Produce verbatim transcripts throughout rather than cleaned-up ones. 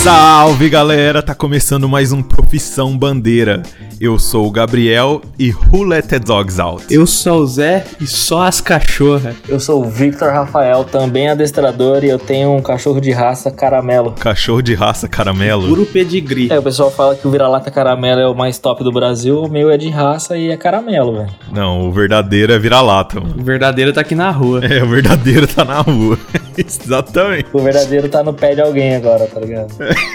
Salve galera, tá começando mais um Profissão Bandeira. Eu sou o Gabriel e Who Let the Dogs Out? Eu sou o Zé e só as cachorras. Eu sou o Victor Rafael, também adestrador, e eu tenho um cachorro de raça caramelo. Cachorro de raça caramelo? Puro pedigree. É, o pessoal fala que o vira-lata caramelo é o mais top do Brasil, o meu é de raça e é caramelo, velho. Não, o verdadeiro é vira-lata, mano. O verdadeiro tá aqui na rua. É, o verdadeiro tá na rua. Exatamente. O verdadeiro tá no pé de alguém agora, tá ligado?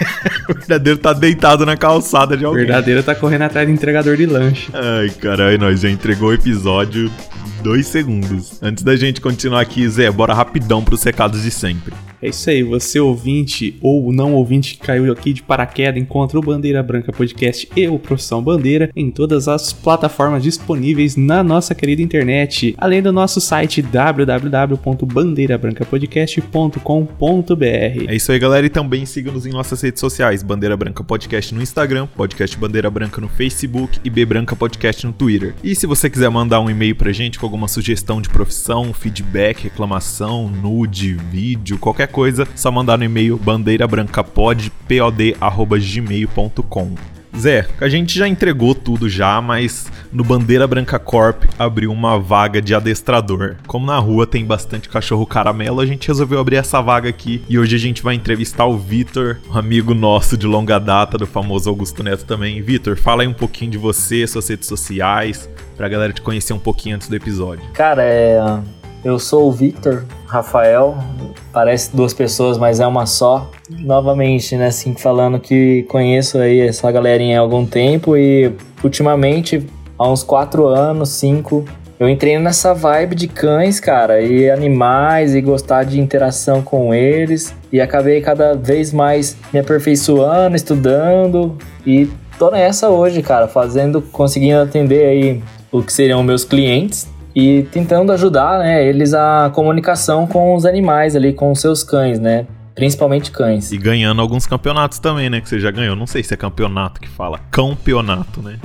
O verdadeiro tá deitado na calçada de alguém. O verdadeiro tá correndo atrás do entregador de lanche. Ai, caralho, nós já entregou o episódio dois segundos. Antes da gente continuar aqui, Zé, bora rapidão pros recados de sempre. É isso aí, você ouvinte ou não ouvinte que caiu aqui de paraquedas, encontra o Bandeira Branca Podcast e o Profissão Bandeira em todas as plataformas disponíveis na nossa querida internet, além do nosso site w w w ponto bandeira branca podcast ponto com ponto b r. É isso aí, galera, e também siga-nos em nossas redes sociais, Bandeira Branca Podcast no Instagram, Podcast Bandeira Branca no Facebook e B Branca Podcast no Twitter. E se você quiser mandar um e-mail pra gente com alguma sugestão de profissão, feedback, reclamação, nude, vídeo, qualquer coisa, só mandar no e-mail bandeirabrancapod, pod, arroba gmail ponto com. Zé, a gente já entregou tudo já, mas no Bandeira Branca Corp abriu uma vaga de adestrador. Como na rua tem bastante cachorro caramelo, a gente resolveu abrir essa vaga aqui e hoje a gente vai entrevistar o Vitor, um amigo nosso de longa data, do famoso Augusto Neto também. Vitor, fala aí um pouquinho de você, suas redes sociais, pra galera te conhecer um pouquinho antes do episódio. Cara, é... eu sou o Victor Rafael, parece duas pessoas, mas é uma só. Novamente, né, assim, falando que conheço aí essa galerinha há algum tempo e ultimamente, há uns quatro anos, cinco, eu entrei nessa vibe de cães, cara, e animais, e gostar de interação com eles, e acabei cada vez mais me aperfeiçoando, estudando, e tô nessa hoje, cara, fazendo, conseguindo atender aí o que seriam meus clientes, e tentando ajudar, né, eles a comunicação com os animais ali, com os seus cães, né? Principalmente cães. E ganhando alguns campeonatos também, né? Que você já ganhou. Não sei se é campeonato que fala. Campeonato, né?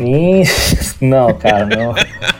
Não, cara, não.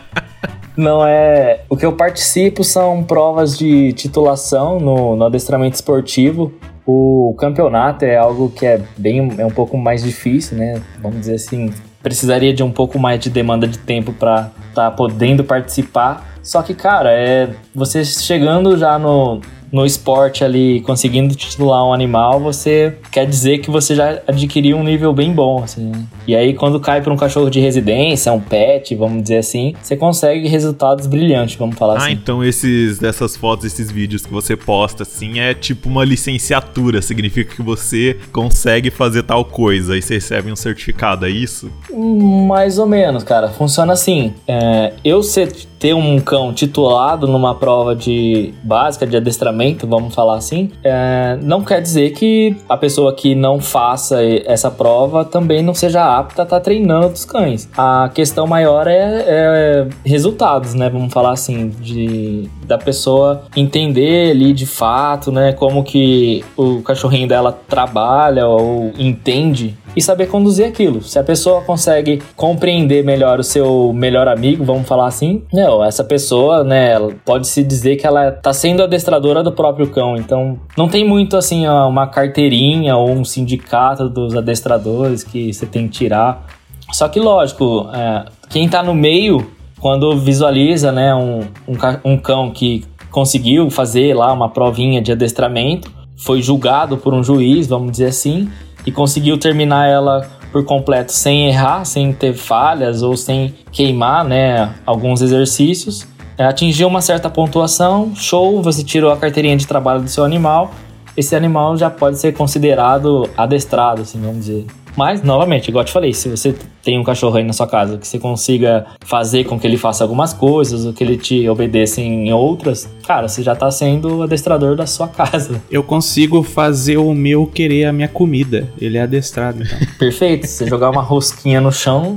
Não é... O que eu participo são provas de titulação no, no adestramento esportivo. O campeonato é algo que é bem... É um pouco mais difícil, né? Vamos dizer assim... Precisaria de um pouco mais de demanda de tempo para estar tá podendo participar. Só que, cara, é você chegando já no, no esporte ali, conseguindo titular um animal, você quer dizer que você já adquiriu um nível bem bom, assim, né? E aí, quando cai para um cachorro de residência, um pet, vamos dizer assim, você consegue resultados brilhantes, vamos falar ah, assim. Ah, então esses, essas fotos, esses vídeos que você posta, assim, é tipo uma licenciatura, significa que você consegue fazer tal coisa, aí você recebe um certificado, é isso? Mais ou menos, cara. Funciona assim, é, eu ser, ter um cão titulado numa prova de básica de adestramento, vamos falar assim, é, não quer dizer que a pessoa que não faça essa prova também não seja apta a estar treinando os cães. A questão maior é, é resultados, né? Vamos falar assim, de, da pessoa entender ali de fato, né? Como que o cachorrinho dela trabalha ou entende e saber conduzir aquilo. Se a pessoa consegue compreender melhor o seu melhor amigo, vamos falar assim, não, essa pessoa, né, pode-se dizer que ela tá sendo adestradora do próprio cão. Então, não tem muito, assim, uma carteirinha ou um sindicato dos adestradores que você tem que tirar. Só que, lógico, é, quem tá no meio, quando visualiza, né, um, um, um cão que conseguiu fazer lá uma provinha de adestramento, foi julgado por um juiz, vamos dizer assim, e conseguiu terminar ela por completo sem errar, sem ter falhas ou sem queimar, né, alguns exercícios, atingiu uma certa pontuação, show, você tirou a carteirinha de trabalho do seu animal, esse animal já pode ser considerado adestrado, assim, vamos dizer. Mas, novamente, igual eu te falei, se você tem um cachorro aí na sua casa que você consiga fazer com que ele faça algumas coisas ou que ele te obedeça em outras, cara, você já tá sendo o adestrador da sua casa. Eu consigo fazer o meu querer a minha comida. Ele é adestrado, então. Perfeito. Se você jogar uma rosquinha no chão,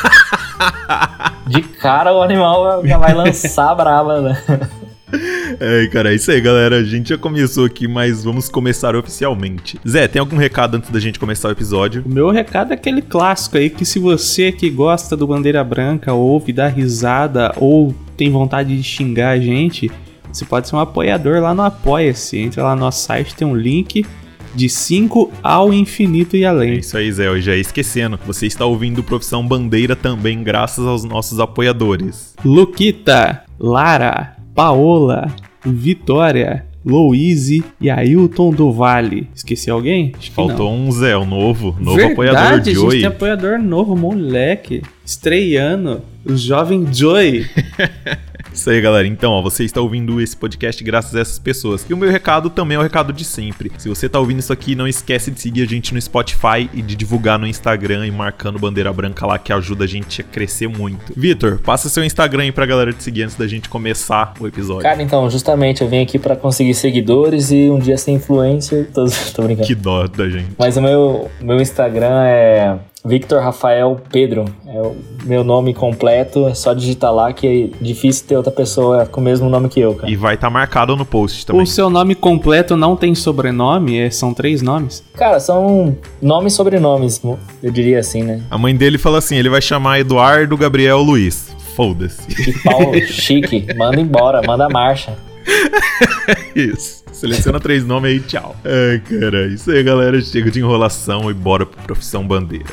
de cara o animal já vai lançar brava, né? É, cara, é isso aí, galera. A gente já começou aqui, mas vamos começar oficialmente. Zé, tem algum recado antes da gente começar o episódio? O meu recado é aquele clássico aí, que se você que gosta do Bandeira Branca, ouve, dá risada ou tem vontade de xingar a gente, você pode ser um apoiador lá no Apoia-se. Entra lá no nosso site, tem um link de cinco ao infinito e É além. isso aí, Zé. Eu já ia esquecendo. Você está ouvindo Profissão Bandeira também graças aos nossos apoiadores. Luquita, Lara, Paola, Vitória, Louise e Ailton do Vale. Esqueci alguém? Acho que Faltou não. um Zé, o novo, novo Verdade, apoiador de a gente Oi. tem apoiador novo, moleque. Estreando, o jovem Joy. Isso aí, galera. Então, ó, você está ouvindo esse podcast graças a essas pessoas. E o meu recado também é o recado de sempre. Se você tá ouvindo isso aqui, não esquece de seguir a gente no Spotify e de divulgar no Instagram e marcando Bandeira Branca lá, que ajuda a gente a crescer muito. Vitor, passa seu Instagram aí pra galera te seguir antes da gente começar o episódio. Cara, então, justamente eu vim aqui pra conseguir seguidores e um dia ser influencer. Tô, tô brincando. Que dó da gente. Mas o meu, meu Instagram é Victor Rafael Pedro. É o meu nome completo. É só digitar lá que é difícil ter outra pessoa com o mesmo nome que eu, cara. E vai estar tá marcado no post também. O seu nome completo não tem sobrenome? É, são três nomes? Cara, são nomes e sobrenomes, eu diria assim, né? A mãe dele fala assim, ele vai chamar Eduardo Gabriel Luiz. Foda-se. E Paulo, chique, manda embora, manda marcha. Isso. Seleciona três nomes aí, tchau. Ai, cara. Isso aí, galera. Chega de enrolação e bora pro Profissão Bandeira.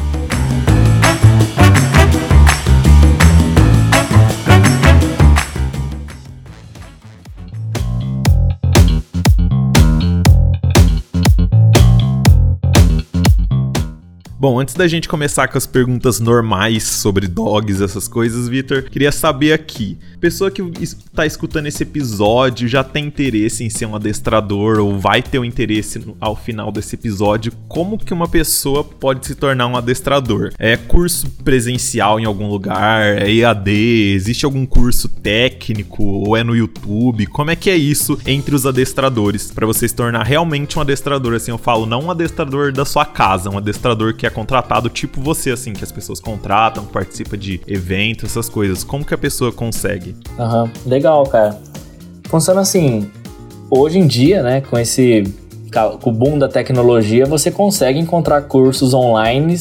Bom, antes da gente começar com as perguntas normais sobre dogs, essas coisas, Vitor, queria saber aqui, pessoa que está escutando esse episódio já tem interesse em ser um adestrador ou vai ter um interesse no, ao final desse episódio, como que uma pessoa pode se tornar um adestrador? É curso presencial em algum lugar? É E A D? Existe algum curso técnico? Ou é no YouTube? Como é que é isso entre os adestradores para você se tornar realmente um adestrador? Assim, eu falo, não um adestrador da sua casa, um adestrador que é contratado tipo você, assim, que as pessoas contratam, participa de eventos, essas coisas. Como que a pessoa consegue? Aham, uhum. Legal, cara. Funciona assim, hoje em dia, né, com esse com o boom da tecnologia, você consegue encontrar cursos online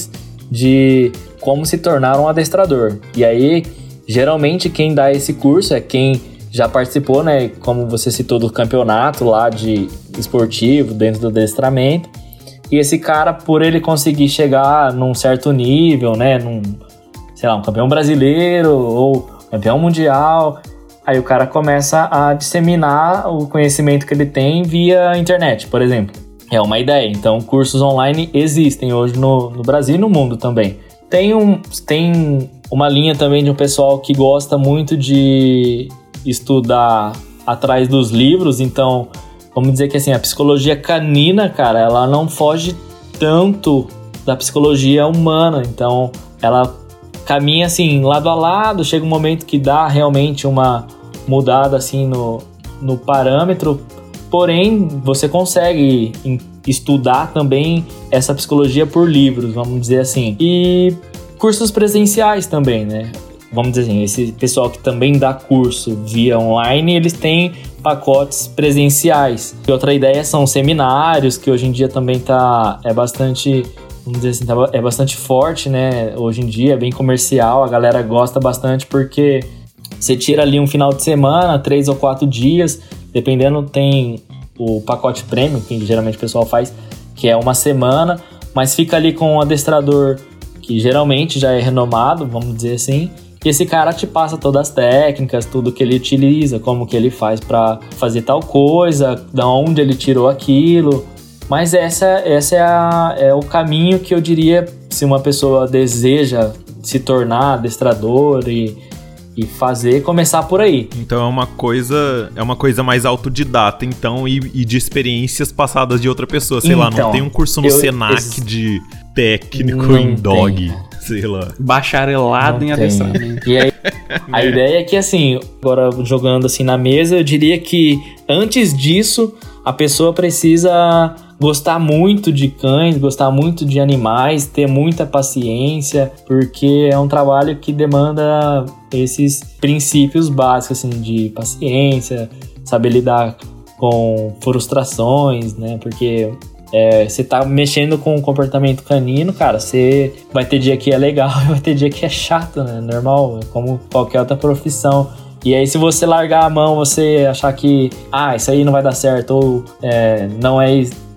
de como se tornar um adestrador. E aí, geralmente, quem dá esse curso é quem já participou, né, como você citou, do campeonato lá de esportivo, dentro do adestramento. E esse cara, por ele conseguir chegar num certo nível, né, num, sei lá, um campeão brasileiro ou campeão mundial, aí o cara começa a disseminar o conhecimento que ele tem via internet, por exemplo. É uma ideia. Então, cursos online existem hoje no, no Brasil e no mundo também. Tem, um, tem uma linha também de um pessoal que gosta muito de estudar atrás dos livros, então... Vamos dizer que assim, a psicologia canina, cara, ela não foge tanto da psicologia humana. Então, ela caminha assim, lado a lado. Chega um momento que dá realmente uma mudada assim no, no parâmetro. Porém, você consegue estudar também essa psicologia por livros, vamos dizer assim. E cursos presenciais também, né? Vamos dizer assim, esse pessoal que também dá curso via online, eles têm pacotes presenciais. E outra ideia são seminários, que hoje em dia também tá, é bastante, vamos dizer assim, tá, é bastante forte, né? Hoje em dia é bem comercial, a galera gosta bastante porque você tira ali um final de semana, três ou quatro dias, dependendo, tem o pacote premium, que geralmente o pessoal faz, que é uma semana, mas fica ali com um adestrador que geralmente já é renomado, vamos dizer assim. E esse cara te passa todas as técnicas, tudo que ele utiliza, como que ele faz para fazer tal coisa, da onde ele tirou aquilo. Mas essa, essa é, a, é o caminho que eu diria, se uma pessoa deseja se tornar adestrador e, e fazer, começar por aí. Então é uma coisa, é uma coisa mais autodidata, então, e, e de experiências passadas de outra pessoa. Sei então, lá, não tem um curso no eu, Senac esse... de técnico não em dog. Tem. Sei lá. Bacharelado não em adestramento. E aí, a é. ideia é que, assim, agora jogando assim na mesa, eu diria que antes disso, a pessoa precisa gostar muito de cães, gostar muito de animais, ter muita paciência, porque é um trabalho que demanda esses princípios básicos, assim, de paciência, saber lidar com frustrações, né? Porque... É, você tá mexendo com o comportamento canino, cara, você vai ter dia que é legal e vai ter dia que é chato, né? Normal, como qualquer outra profissão. E aí, se você largar a mão, você achar que, ah, isso aí não vai dar certo, ou é, não é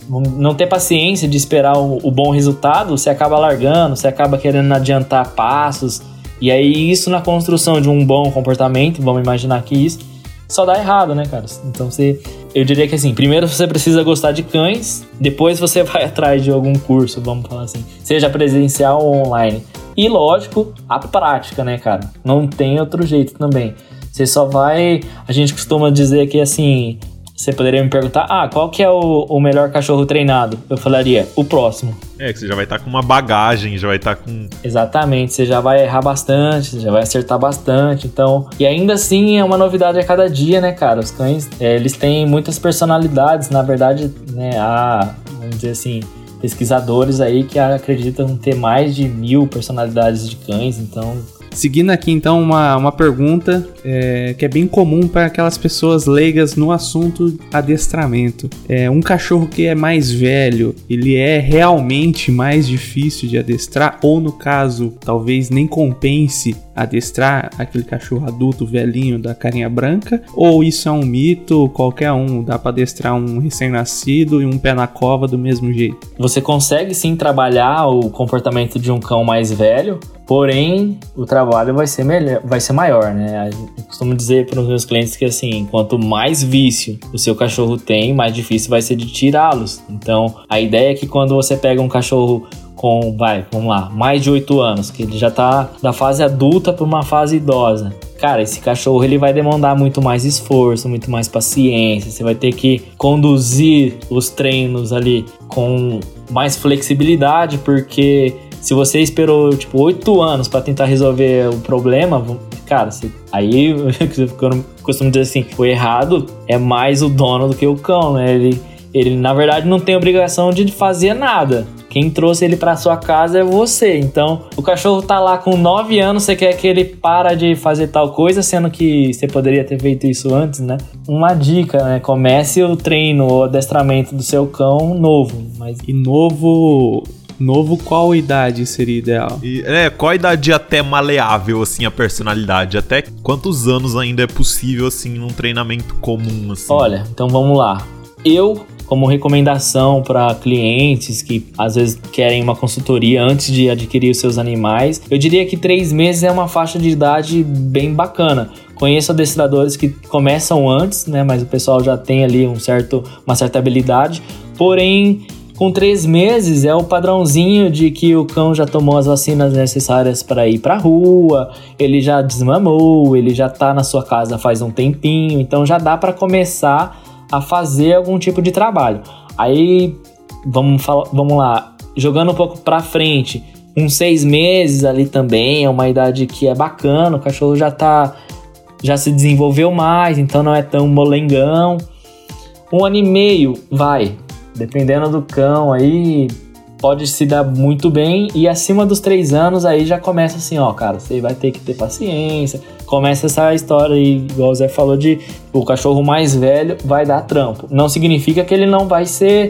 não ter paciência de esperar o, o bom resultado, você acaba largando, você acaba querendo adiantar passos, e aí isso na construção de um bom comportamento, vamos imaginar que isso, só dá errado, né, cara? Então você, eu diria que assim, primeiro você precisa gostar de cães, depois você vai atrás de algum curso, vamos falar assim, seja presencial ou online. E lógico, a prática, né, cara? Não tem outro jeito também. Você só vai, a gente costuma dizer que assim, você poderia me perguntar, ah, qual que é o, o melhor cachorro treinado? Eu falaria, o próximo. É, que você já vai estar tá com uma bagagem, já vai estar tá com... Exatamente, você já vai errar bastante, você já vai acertar bastante, então... E ainda assim, é uma novidade a cada dia, né, cara? Os cães, é, eles têm muitas personalidades, na verdade, né, há, vamos dizer assim, pesquisadores aí que acreditam ter mais de mil personalidades de cães, então... Seguindo aqui, então, uma, uma pergunta é, que é bem comum para aquelas pessoas leigas no assunto adestramento. É, um cachorro que é mais velho, ele é realmente mais difícil de adestrar? Ou, no caso, talvez nem compense adestrar aquele cachorro adulto velhinho da carinha branca? Ou isso é um mito, qualquer um, dá para adestrar um recém-nascido e um pé na cova do mesmo jeito? Você consegue sim trabalhar o comportamento de um cão mais velho, porém o trabalho vai ser melhor, vai ser maior, né? Eu costumo dizer para os meus clientes que assim, quanto mais vício o seu cachorro tem, mais difícil vai ser de tirá-los. Então a ideia é que quando você pega um cachorro com, vai, vamos lá, mais de oito anos, que ele já tá da fase adulta para uma fase idosa. Cara, esse cachorro ele vai demandar muito mais esforço, muito mais paciência. Você vai ter que conduzir os treinos ali com mais flexibilidade, porque se você esperou, tipo, oito anos para tentar resolver o problema, cara, você, aí eu costumo dizer assim, o errado é mais o dono do que o cão, né? Ele, ele na verdade, não tem obrigação de fazer nada. Quem trouxe ele pra sua casa é você. Então, o cachorro tá lá com nove anos, você quer que ele para de fazer tal coisa, sendo que você poderia ter feito isso antes, né? Uma dica, né? Comece o treino, o adestramento do seu cão novo. Mas... E novo... Novo, qual idade seria ideal? E, é, qual a idade até maleável, assim, a personalidade? Até quantos anos ainda é possível, assim, num treinamento comum, assim? Olha, então vamos lá. Eu... como recomendação para clientes que às vezes querem uma consultoria antes de adquirir os seus animais, eu diria que três meses é uma faixa de idade bem bacana. Conheço adestradores que começam antes, né, mas o pessoal já tem ali um certo, uma certa habilidade, porém com três meses é o padrãozinho de que o cão já tomou as vacinas necessárias para ir para a rua, ele já desmamou, ele já está na sua casa faz um tempinho, então já dá para começar a fazer algum tipo de trabalho. Aí, vamos, falar, vamos lá, jogando um pouco pra frente, uns seis meses ali também, é uma idade que é bacana, o cachorro já tá, já se desenvolveu mais, então não é tão molengão. Um ano e meio, vai, dependendo do cão aí, pode se dar muito bem, e acima dos três anos aí já começa assim, ó, cara, você vai ter que ter paciência. Começa essa história aí, igual o Zé falou, de o cachorro mais velho vai dar trampo. Não significa que ele não vai ser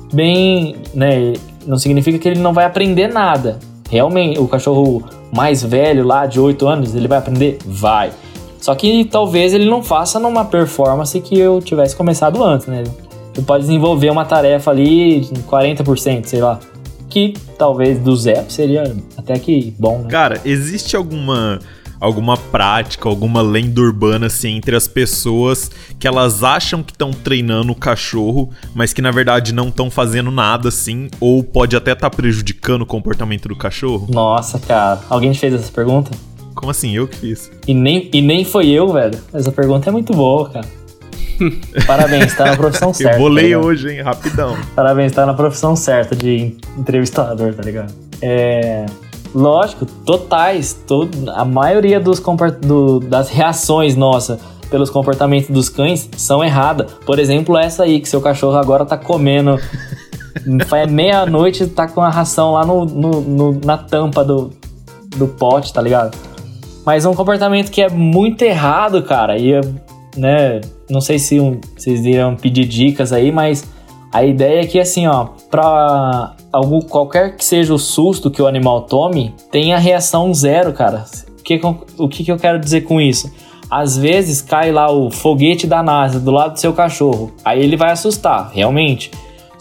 bem, né? Não significa que ele não vai aprender nada. Realmente, o cachorro mais velho lá, de oito anos, ele vai aprender? Vai. Só que talvez ele não faça numa performance que eu tivesse começado antes, né? Ele pode desenvolver uma tarefa ali de quarenta por cento, sei lá. Que talvez do Zé seria até que bom, né? Cara, existe alguma... alguma prática, alguma lenda urbana, assim, entre as pessoas que elas acham que estão treinando o cachorro, mas que na verdade não estão fazendo nada, assim, ou pode até estar tá prejudicando o comportamento do cachorro? Nossa, cara. Alguém te fez essa pergunta? Como assim? Eu que fiz. E nem, e nem foi eu, velho. Essa pergunta é muito boa, cara. Parabéns, tá na profissão certa. Eu bolei tá hoje, hein? Rapidão. Parabéns, tá na profissão certa de entrevistador, tá ligado? É... Lógico, totais, todo, a maioria dos comport, do, das reações nossas pelos comportamentos dos cães são erradas. Por exemplo, essa aí, que seu cachorro agora tá comendo, faz meia-noite, tá com a ração lá no, no, no, na tampa do, do pote, tá ligado? Mas é um comportamento que é muito errado, cara, e, né, não sei se um, vocês iriam pedir dicas aí, mas a ideia é que, assim, ó, pra... Algum, qualquer que seja o susto que o animal tome, tem a reação zero, cara. O que, o que, que eu quero dizer com isso? Às vezes cai lá o foguete da NASA do lado do seu cachorro. Aí ele vai assustar, realmente.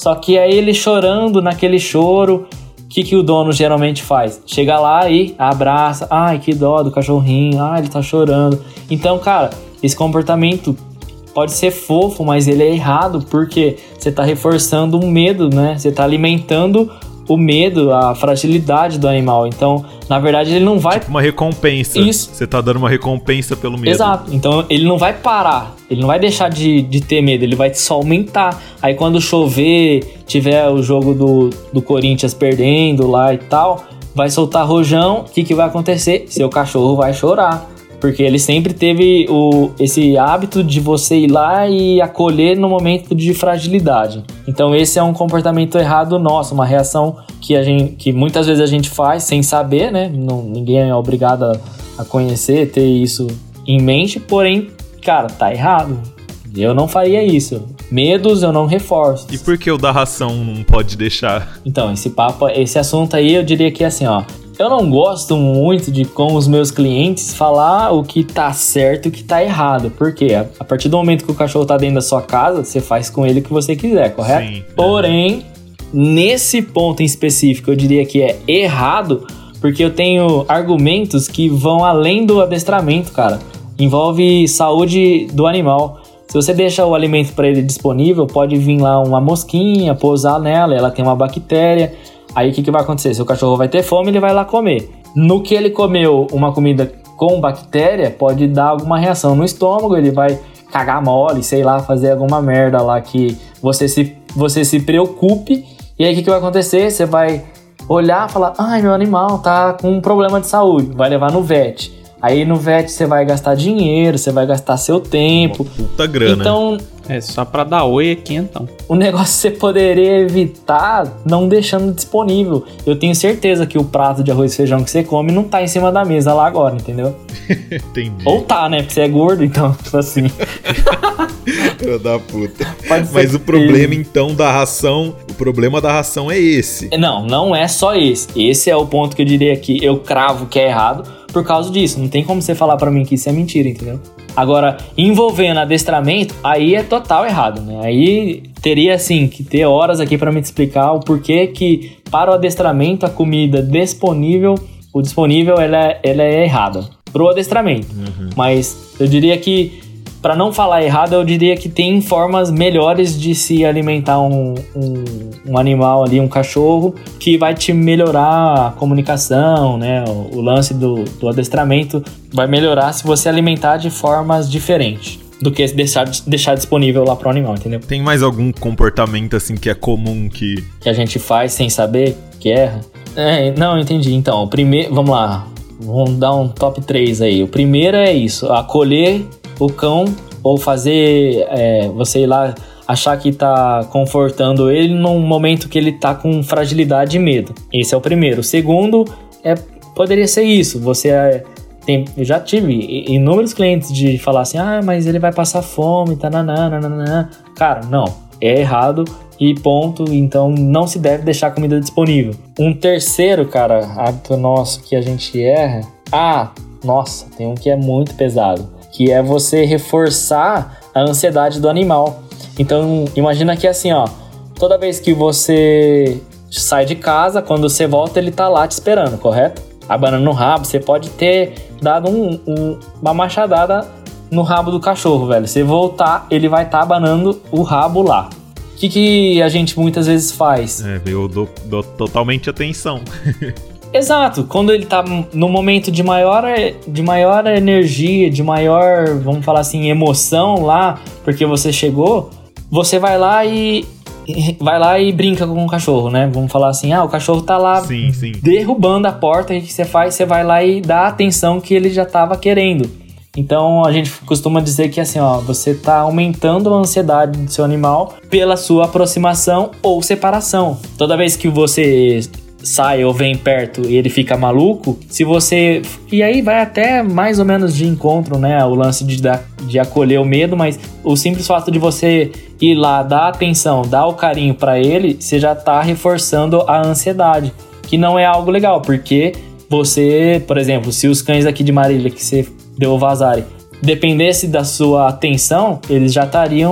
Só que aí ele chorando naquele choro, o que, que o dono geralmente faz? Chega lá e abraça, ai, que dó do cachorrinho, ai, ele tá chorando. Então, cara, esse comportamento pode ser fofo, mas ele é errado, porque você tá reforçando um medo, né? Você tá alimentando o medo, a fragilidade do animal. Então, na verdade, ele não vai... Tipo uma recompensa. Isso. Você tá dando uma recompensa pelo medo. Exato. Então, ele não vai parar. Ele não vai deixar de, de ter medo. Ele vai só aumentar. Aí, quando chover, tiver o jogo do, do Corinthians perdendo lá e tal, vai soltar rojão. O que, que vai acontecer? Seu cachorro vai chorar. Porque ele sempre teve o, esse hábito de você ir lá e acolher no momento de fragilidade. Então esse é um comportamento errado nosso, uma reação que, a gente, que muitas vezes a gente faz sem saber, né? Não, ninguém é obrigado a, a conhecer, ter isso em mente, porém, cara, tá errado. Eu não faria isso. Medos eu não reforço. E por que o da ração não pode deixar? Então, esse papo, esse assunto aí eu diria que é assim, ó. Eu não gosto muito de, com os meus clientes, falar o que tá certo e o que tá errado. Por quê? A partir do momento que o cachorro tá dentro da sua casa, você faz com ele o que você quiser, correto? Sim. Porém, nesse ponto em específico, eu diria que é errado, porque eu tenho argumentos que vão além do adestramento, cara. Envolve saúde do animal. Se você deixa o alimento para ele disponível, pode vir lá uma mosquinha, pousar nela, ela tem uma bactéria. Aí o que, que vai acontecer? Seu cachorro vai ter fome, ele vai lá comer. No que ele comeu uma comida com bactéria, pode dar alguma reação no estômago, ele vai cagar mole, sei lá, fazer alguma merda lá que você se, você se preocupe. E aí o que, que vai acontecer? Você vai olhar e falar, ai, meu animal tá com um problema de saúde, vai levar no vet. Aí no vet você vai gastar dinheiro, você vai gastar seu tempo. Uma puta grana. Então, É, só pra dar oi aqui então. o negócio você poderia evitar não deixando disponível. Eu tenho certeza que o prato de arroz e feijão que você come não tá em cima da mesa lá agora, entendeu? Entendi. Ou tá, né? Porque você é gordo, então, tipo assim. Filho da puta. Pode ser Mas o que- problema então da ração, o problema da ração é esse. Não, não é só esse. Esse é o ponto que eu diria que eu cravo que é errado por causa disso. Não tem como você falar pra mim que isso é mentira, entendeu? Agora, envolvendo adestramento, aí é total errado, né? Aí teria, assim, que ter horas aqui pra me explicar o porquê que para o adestramento a comida disponível, o disponível, ela é, ela é errada. Pro adestramento. Uhum. Mas eu diria que, pra não falar errado, eu diria que tem formas melhores de se alimentar um, um, um animal ali, um cachorro, que vai te melhorar a comunicação, né? O, o lance do, do adestramento vai melhorar se você alimentar de formas diferentes do que deixar, deixar disponível lá pro animal, entendeu? Tem mais algum comportamento assim que é comum que... Que a gente faz sem saber que erra. É, não, entendi. Então, o primeiro... Vamos lá. Vamos dar um top três aí. O primeiro é isso. Acolher o cão ou fazer é, você ir lá achar que tá confortando ele num momento que ele tá com fragilidade e medo. Esse é o primeiro. O segundo é, poderia ser isso. Você é, tem, eu já tive inúmeros clientes de falar assim, ah, mas ele vai passar fome, tananã, nananã. Cara, não. É errado e ponto. Então não se deve deixar a comida disponível. Um terceiro, cara, hábito nosso que a gente erra. Ah, nossa, tem um que é muito pesado. Que é você reforçar a ansiedade do animal. Então, imagina que assim, ó, toda vez que você sai de casa, quando você volta, ele tá lá te esperando, correto? Abanando no rabo, você pode ter dado um, um, uma machadada no rabo do cachorro, velho. Você voltar, ele vai estar tá abanando o rabo lá. O que, que a gente muitas vezes faz? É, eu dou, dou totalmente atenção. Exato, quando ele tá no momento de maior, de maior energia, de maior, vamos falar assim, emoção lá, porque você chegou, você vai lá e vai lá e brinca com o cachorro, né? Vamos falar assim, ah, o cachorro tá lá Sim, sim. derrubando a porta, o que você faz? Você vai lá e dá a atenção que ele já tava querendo. Então a gente costuma dizer que assim, ó, você tá aumentando a ansiedade do seu animal pela sua aproximação ou separação. Toda vez que você sai ou vem perto e ele fica maluco, se você... E aí vai até mais ou menos de encontro, né? O lance de, dar, de acolher o medo, mas o simples fato de você ir lá, dar atenção, dar o carinho pra ele, você já tá reforçando a ansiedade, que não é algo legal, porque você, por exemplo, se os cães aqui de Marília que você deu o vazare, dependesse da sua atenção, eles já estariam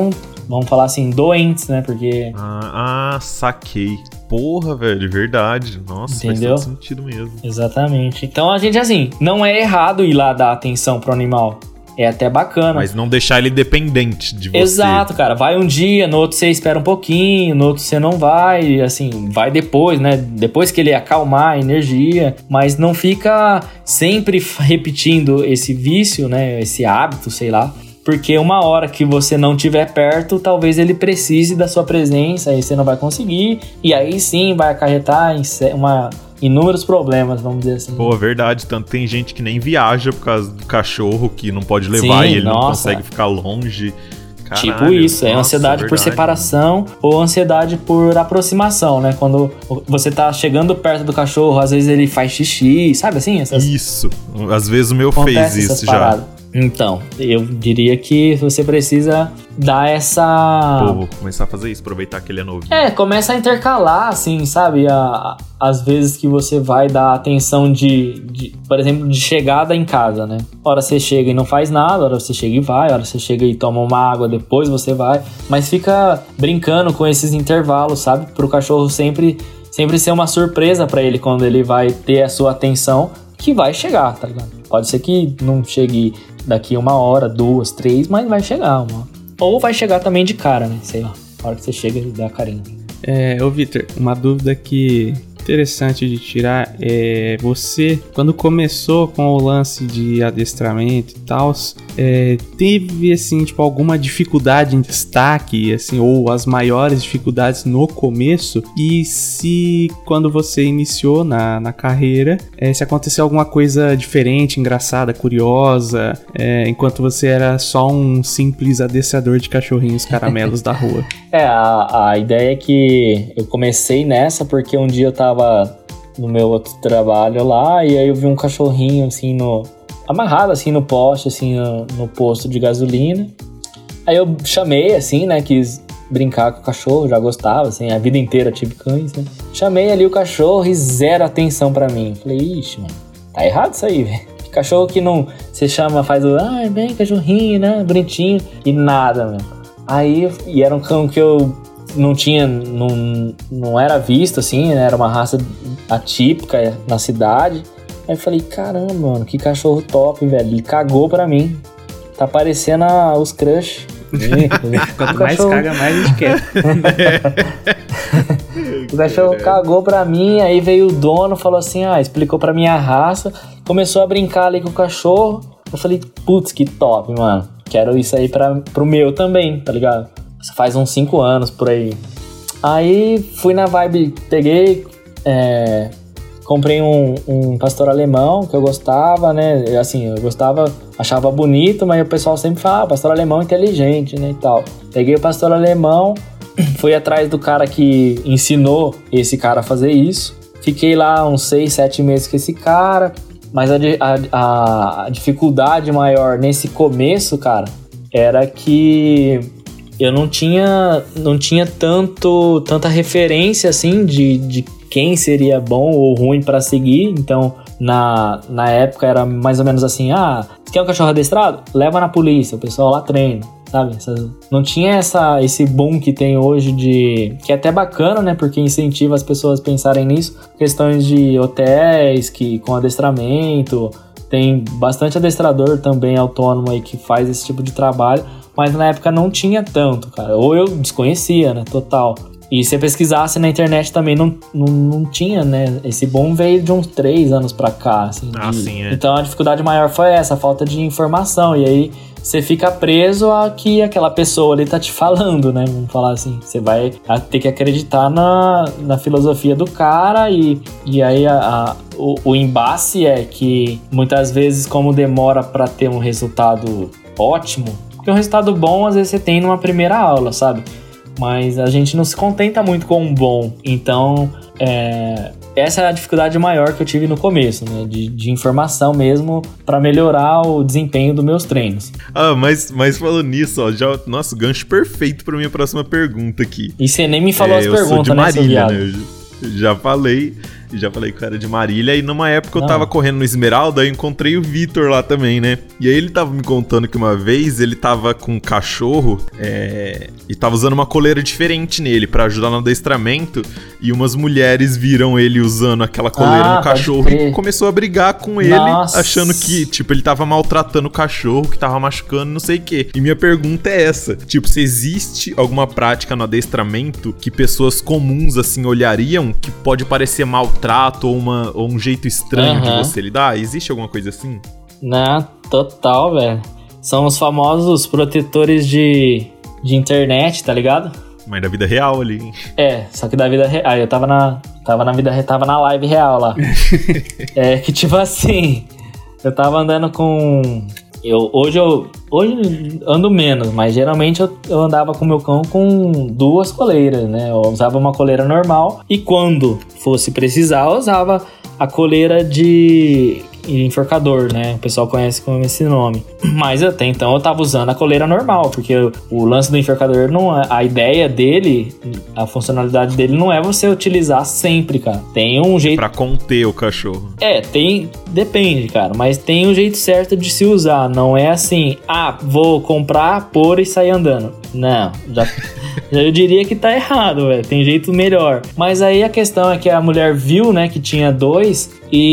vamos falar assim, doentes, né? Porque... Ah, ah saquei. Porra, velho, verdade. Nossa, entendeu? Faz todo sentido mesmo. Exatamente. Então a gente, assim, não é errado ir lá dar atenção pro animal. É até bacana. Mas não deixar ele dependente de você. Exato, cara. Vai um dia, no outro você espera um pouquinho, no outro você não vai, assim, vai depois, né? Depois que ele acalmar a energia, mas não fica sempre repetindo esse vício, né? Esse hábito, sei lá. Porque uma hora que você não estiver perto, talvez ele precise da sua presença, aí você não vai conseguir, e aí sim vai acarretar em uma... inúmeros problemas, vamos dizer assim. Pô, verdade. Tanto tem gente que nem viaja por causa do cachorro, que não pode levar Sim, e ele nossa. não consegue ficar longe. Caralho, tipo isso, é nossa, ansiedade verdade. por separação ou ansiedade por aproximação, né? Quando você tá chegando perto do cachorro, às vezes ele faz xixi, sabe assim? Essas... Isso. Às vezes o meu fez isso já. Paradas. Então, eu diria que você precisa dar essa... Pô, vou começar a fazer isso, aproveitar que ele é novinho. É, começa a intercalar, assim, sabe? A, a, às vezes que você vai dar atenção de, de, por exemplo, de chegada em casa, né? Hora você chega e não faz nada, hora você chega e vai, hora você chega e toma uma água, depois você vai. Mas fica brincando com esses intervalos, sabe? Pro cachorro sempre, sempre ser uma surpresa pra ele quando ele vai ter a sua atenção, que vai chegar, tá ligado? Pode ser que não chegue daqui uma hora, duas, três, mas vai chegar uma. Ou vai chegar também de cara, né? Sei lá, na hora que você chega e dá carinho. É, ô Victor, uma dúvida que interessante de tirar é você, quando começou com o lance de adestramento e tal, é, teve, assim, tipo, alguma dificuldade em destaque, assim, ou as maiores dificuldades no começo? E se, quando você iniciou na, na carreira, é, se aconteceu alguma coisa diferente, engraçada, curiosa, é, enquanto você era só um simples adestrador de cachorrinhos caramelos da rua? É, a, a ideia é que eu comecei nessa porque um dia eu tava no meu outro trabalho lá e aí eu vi um cachorrinho, assim, no... amarrado, assim, no poste, assim, no, no posto de gasolina. Aí eu chamei, assim, né, quis brincar com o cachorro, já gostava, assim, a vida inteira tive cães, né. Chamei ali o cachorro e zero atenção pra mim. Falei, ixi, mano, tá errado isso aí, velho. Cachorro que não... Você chama, faz o... Ai, ah, bem, cachorrinho, né, bonitinho. E nada, mano. Aí, e era um cão que eu não tinha... Não, não era visto, assim, né, era uma raça atípica na cidade. Aí eu falei, caramba, mano, que cachorro top, velho. Ele cagou pra mim. Tá parecendo a, os crush. Quanto mais cachorro... caga, mais a gente quer. O cachorro cagou pra mim, aí veio o dono, falou assim, ah, explicou pra mim a raça, começou a brincar ali com o cachorro. Eu falei, putz, que top, mano. Quero isso aí pra, pro meu também, tá ligado? Isso faz uns cinco anos por aí. Aí fui na vibe, peguei... É... Comprei um, um pastor alemão que eu gostava, né? Assim, eu gostava, achava bonito, mas o pessoal sempre fala, ah, pastor alemão inteligente, né? E tal. Peguei o pastor alemão, fui atrás do cara que ensinou esse cara a fazer isso. Fiquei lá uns seis, sete meses com esse cara, mas a, a, a dificuldade maior nesse começo, cara, era que eu não tinha, não tinha tanto, tanta referência, assim, de, de quem seria bom ou ruim pra seguir. Então, na, na época era mais ou menos assim, ah, você quer um cachorro adestrado? Leva na polícia, o pessoal lá treina, sabe? Essa, não tinha essa, esse boom que tem hoje de... Que é até bacana, né? Porque incentiva as pessoas a pensarem nisso. Questões de hotéis que, com adestramento. Tem bastante adestrador também autônomo aí que faz esse tipo de trabalho. Mas na época não tinha tanto, cara. Ou eu desconhecia, né? Total. E se você pesquisasse na internet também não, não, não tinha, né? Esse boom veio de uns três anos pra cá, assim. Ah, de... sim, é. Então a dificuldade maior foi essa, a falta de informação. E aí você fica preso a que aquela pessoa ali tá te falando, né? Vamos falar assim. Você vai ter que acreditar na, na filosofia do cara e, e aí a, a, o, o embate é que muitas vezes, como demora pra ter um resultado ótimo, porque um resultado bom às vezes você tem numa primeira aula, sabe? Mas a gente não se contenta muito com um bom. Então, é, essa é a dificuldade maior que eu tive no começo, né? De, de informação mesmo, para melhorar o desempenho dos meus treinos. Ah, mas, mas falando nisso, ó, já, nossa, gancho perfeito para minha próxima pergunta aqui. E você nem me falou é, as eu perguntas, sou de né, Marília, né? Eu já falei. E já falei que eu era de Marília. E numa época Não. eu tava correndo no Esmeralda e encontrei o Vitor lá também, né? E aí ele tava me contando que uma vez ele tava com um cachorro é, e tava usando uma coleira diferente nele pra ajudar no adestramento. E umas mulheres viram ele usando aquela coleira Ah, no pode cachorro crer. e começou a brigar com ele, Nossa. achando que, tipo, ele tava maltratando o cachorro, que tava machucando, não sei o quê. E minha pergunta é essa: tipo, se existe alguma prática no adestramento que pessoas comuns, assim, olhariam que pode parecer maltrato ou, uma, ou um jeito estranho Aham. de você lidar? Existe alguma coisa assim? Não, total, velho. São os famosos protetores de, de internet, tá ligado? Mas da vida real ali, hein? É, só que da vida real. Ah, eu tava na, tava na vida re- tava na live real lá. É que tipo assim, eu tava andando com. Eu, hoje eu. Hoje ando menos, mas geralmente eu, eu andava com meu cão com duas coleiras, né? Eu usava uma coleira normal e quando fosse precisar, eu usava a coleira de enforcador, né? O pessoal conhece como esse nome. Mas até então eu tava usando a coleira normal, porque o, o lance do enforcador não é. A ideia dele, a funcionalidade dele não é você utilizar sempre, cara. Tem um jeito. Pra conter o cachorro. É, tem. Depende, cara. Mas tem um jeito certo de se usar. Não é assim, ah, vou comprar, pôr e sair andando. Não, já. Eu diria que tá errado, velho. Tem jeito melhor. Mas aí a questão é que a mulher viu, né, que tinha dois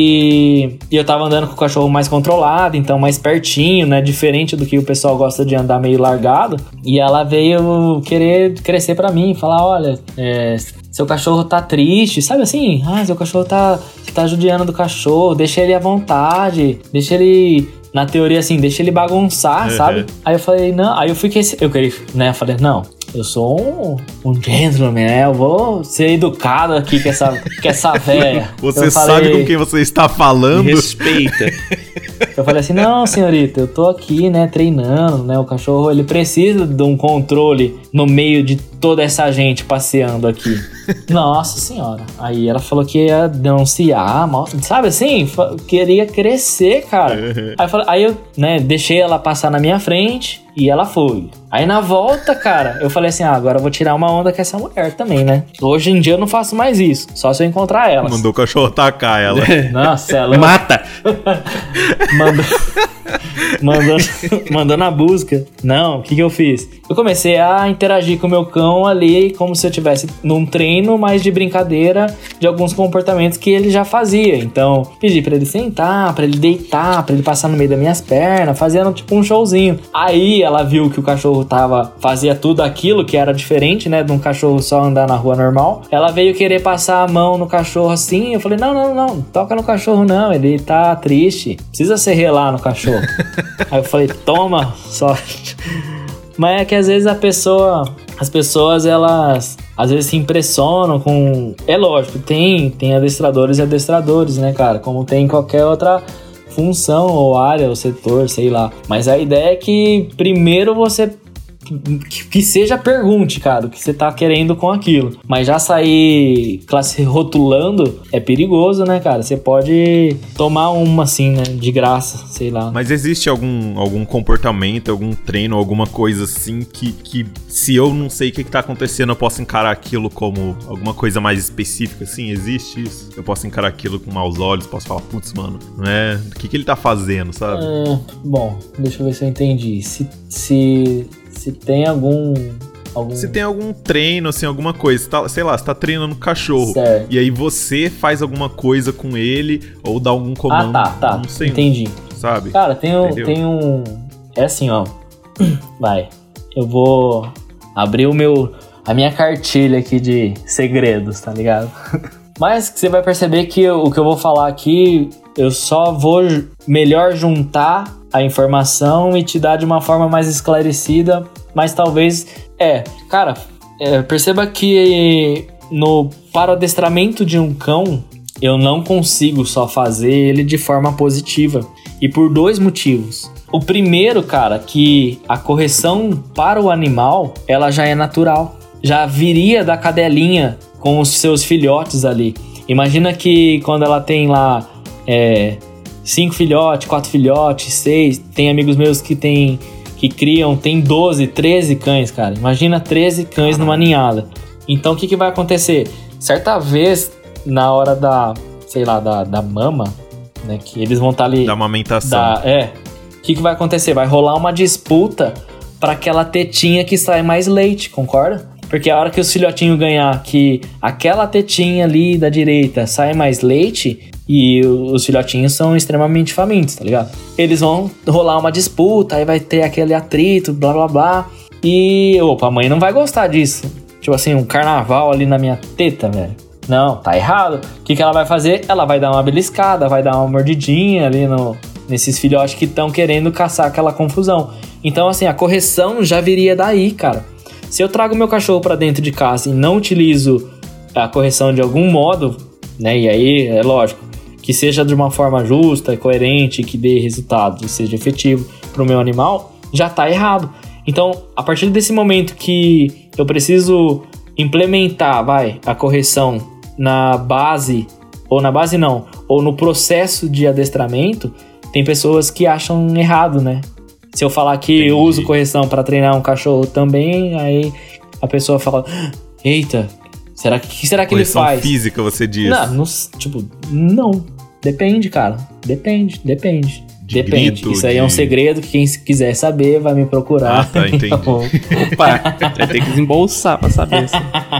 e, e eu tava andando com o cachorro mais controlado, então mais pertinho, né, diferente do que o pessoal gosta de andar meio largado. E ela veio querer crescer pra mim, falar, olha, é, seu cachorro tá triste, sabe assim? Ah, seu cachorro tá, você tá judiando do cachorro, deixa ele à vontade, deixa ele... Na teoria, assim, deixa ele bagunçar, Uhum. sabe? Aí eu falei, não, aí eu fiquei, eu queria, né, eu falei, não, eu sou um, um gentleman, né, eu vou ser educado aqui com essa, com essa véia. Você Eu sabe falei, com quem você está falando? Respeita. eu falei assim, não, senhorita, eu tô aqui, né, treinando, né, o cachorro, ele precisa de um controle no meio de toda essa gente passeando aqui. Nossa senhora. Aí ela falou que ia denunciar, mal- sabe assim? Fa- Queria crescer, cara. Aí eu, falei- aí eu, né, deixei ela passar na minha frente e ela foi. Aí na volta, cara, eu falei assim, ah, agora eu vou tirar uma onda com essa mulher também, né? Hoje em dia eu não faço mais isso, só se eu encontrar ela. Mandou o cachorro atacar ela. Nossa, ela Mata! mandou, mandou, mandou na busca. Não, o que que eu fiz? Eu comecei a interagir com o meu cão ali como se eu estivesse num treino, mas de brincadeira de alguns comportamentos que ele já fazia. Então, pedi pra ele sentar, pra ele deitar, pra ele passar no meio das minhas pernas, fazendo tipo um showzinho. Aí ela viu que o cachorro tava, fazia tudo aquilo que era diferente, né, de um cachorro só andar na rua normal. Ela veio querer passar a mão no cachorro assim, eu falei, não, não, não, toca no cachorro não, ele tá triste, precisa ser relar no cachorro. Aí eu falei, toma, só... Mas é que às vezes a pessoa, as pessoas, elas às vezes se impressionam com... É lógico, tem, tem adestradores e adestradores, né, cara? Como tem em qualquer outra função ou área ou setor, sei lá. Mas a ideia é que primeiro você... Que, que seja pergunte, cara, o que você tá querendo com aquilo. Mas já sair classe rotulando é perigoso, né, cara? Você pode tomar uma assim, né, de graça, sei lá. Mas existe algum, algum comportamento, algum treino, alguma coisa assim que, que se eu não sei o que, que tá acontecendo, eu posso encarar aquilo como alguma coisa mais específica, assim? Existe isso? Eu posso encarar aquilo com maus olhos, posso falar, putz, mano, não é? O que, que ele tá fazendo, sabe? É, bom, deixa eu ver se eu entendi. Se, se, se tem algum... algum... Se tem algum treino, assim, alguma coisa, você tá, sei lá, você tá treinando um cachorro, Certo. e aí você faz alguma coisa com ele, ou dá algum comando, Ah, tá, tá. não sei, Entendi. sabe? Cara, tem um, Entendeu? tem um... É assim, ó. Vai. Eu vou abrir o meu... A minha cartilha aqui de segredos, tá ligado? Mas você vai perceber que eu- o que eu vou falar aqui, eu só vou ju- melhor juntar a informação e te dar de uma forma mais esclarecida, mas talvez... É, cara, é, perceba que no, para o adestramento de um cão, eu não consigo só fazer ele de forma positiva. E por dois motivos. O primeiro, cara, que a correção para o animal, ela já é natural. Já viria da cadelinha com os seus filhotes ali. Imagina que quando ela tem lá é, cinco filhotes, quatro filhotes, seis... Tem amigos meus que tem, que criam, tem doze, treze cães, cara. Imagina treze cães numa ninhada. Então o que, que vai acontecer? Certa vez na hora da, sei lá, da, da mama, né? Que eles vão estar tá ali... Da amamentação. Da, é. O que, que vai acontecer? Vai rolar uma disputa pra aquela tetinha que sai mais leite, concorda? Porque a hora que os filhotinhos ganhar que aquela tetinha ali da direita sai mais leite... E os filhotinhos são extremamente famintos, tá ligado? Eles vão rolar uma disputa, aí vai ter aquele atrito, blá blá blá. E, opa, a mãe não vai gostar disso. Tipo assim, um carnaval ali na minha teta, velho. Não, tá errado. O que, que ela vai fazer? Ela vai dar uma beliscada, vai dar uma mordidinha ali no, nesses filhotes que estão querendo caçar aquela confusão. Então, assim, a correção já viria daí, cara. Se eu trago meu cachorro pra dentro de casa e não utilizo a correção de algum modo, né? E aí, é lógico, que seja de uma forma justa e coerente, que dê resultados e seja efetivo para o meu animal, já está errado. Então, a partir desse momento que eu preciso implementar, vai, a correção na base, ou na base não, ou no processo de adestramento, tem pessoas que acham errado, né? Se eu falar que Entendi. eu uso correção para treinar um cachorro também, aí a pessoa fala, eita, será que, que será que correção ele faz? Física, você diz. Não, não, tipo, não. Depende, cara. Depende, depende. De depende. Grito, Isso aí de... é um segredo que quem quiser saber vai me procurar. Ah, tá, entendi. Então, opa, vai ter que desembolsar pra saber isso.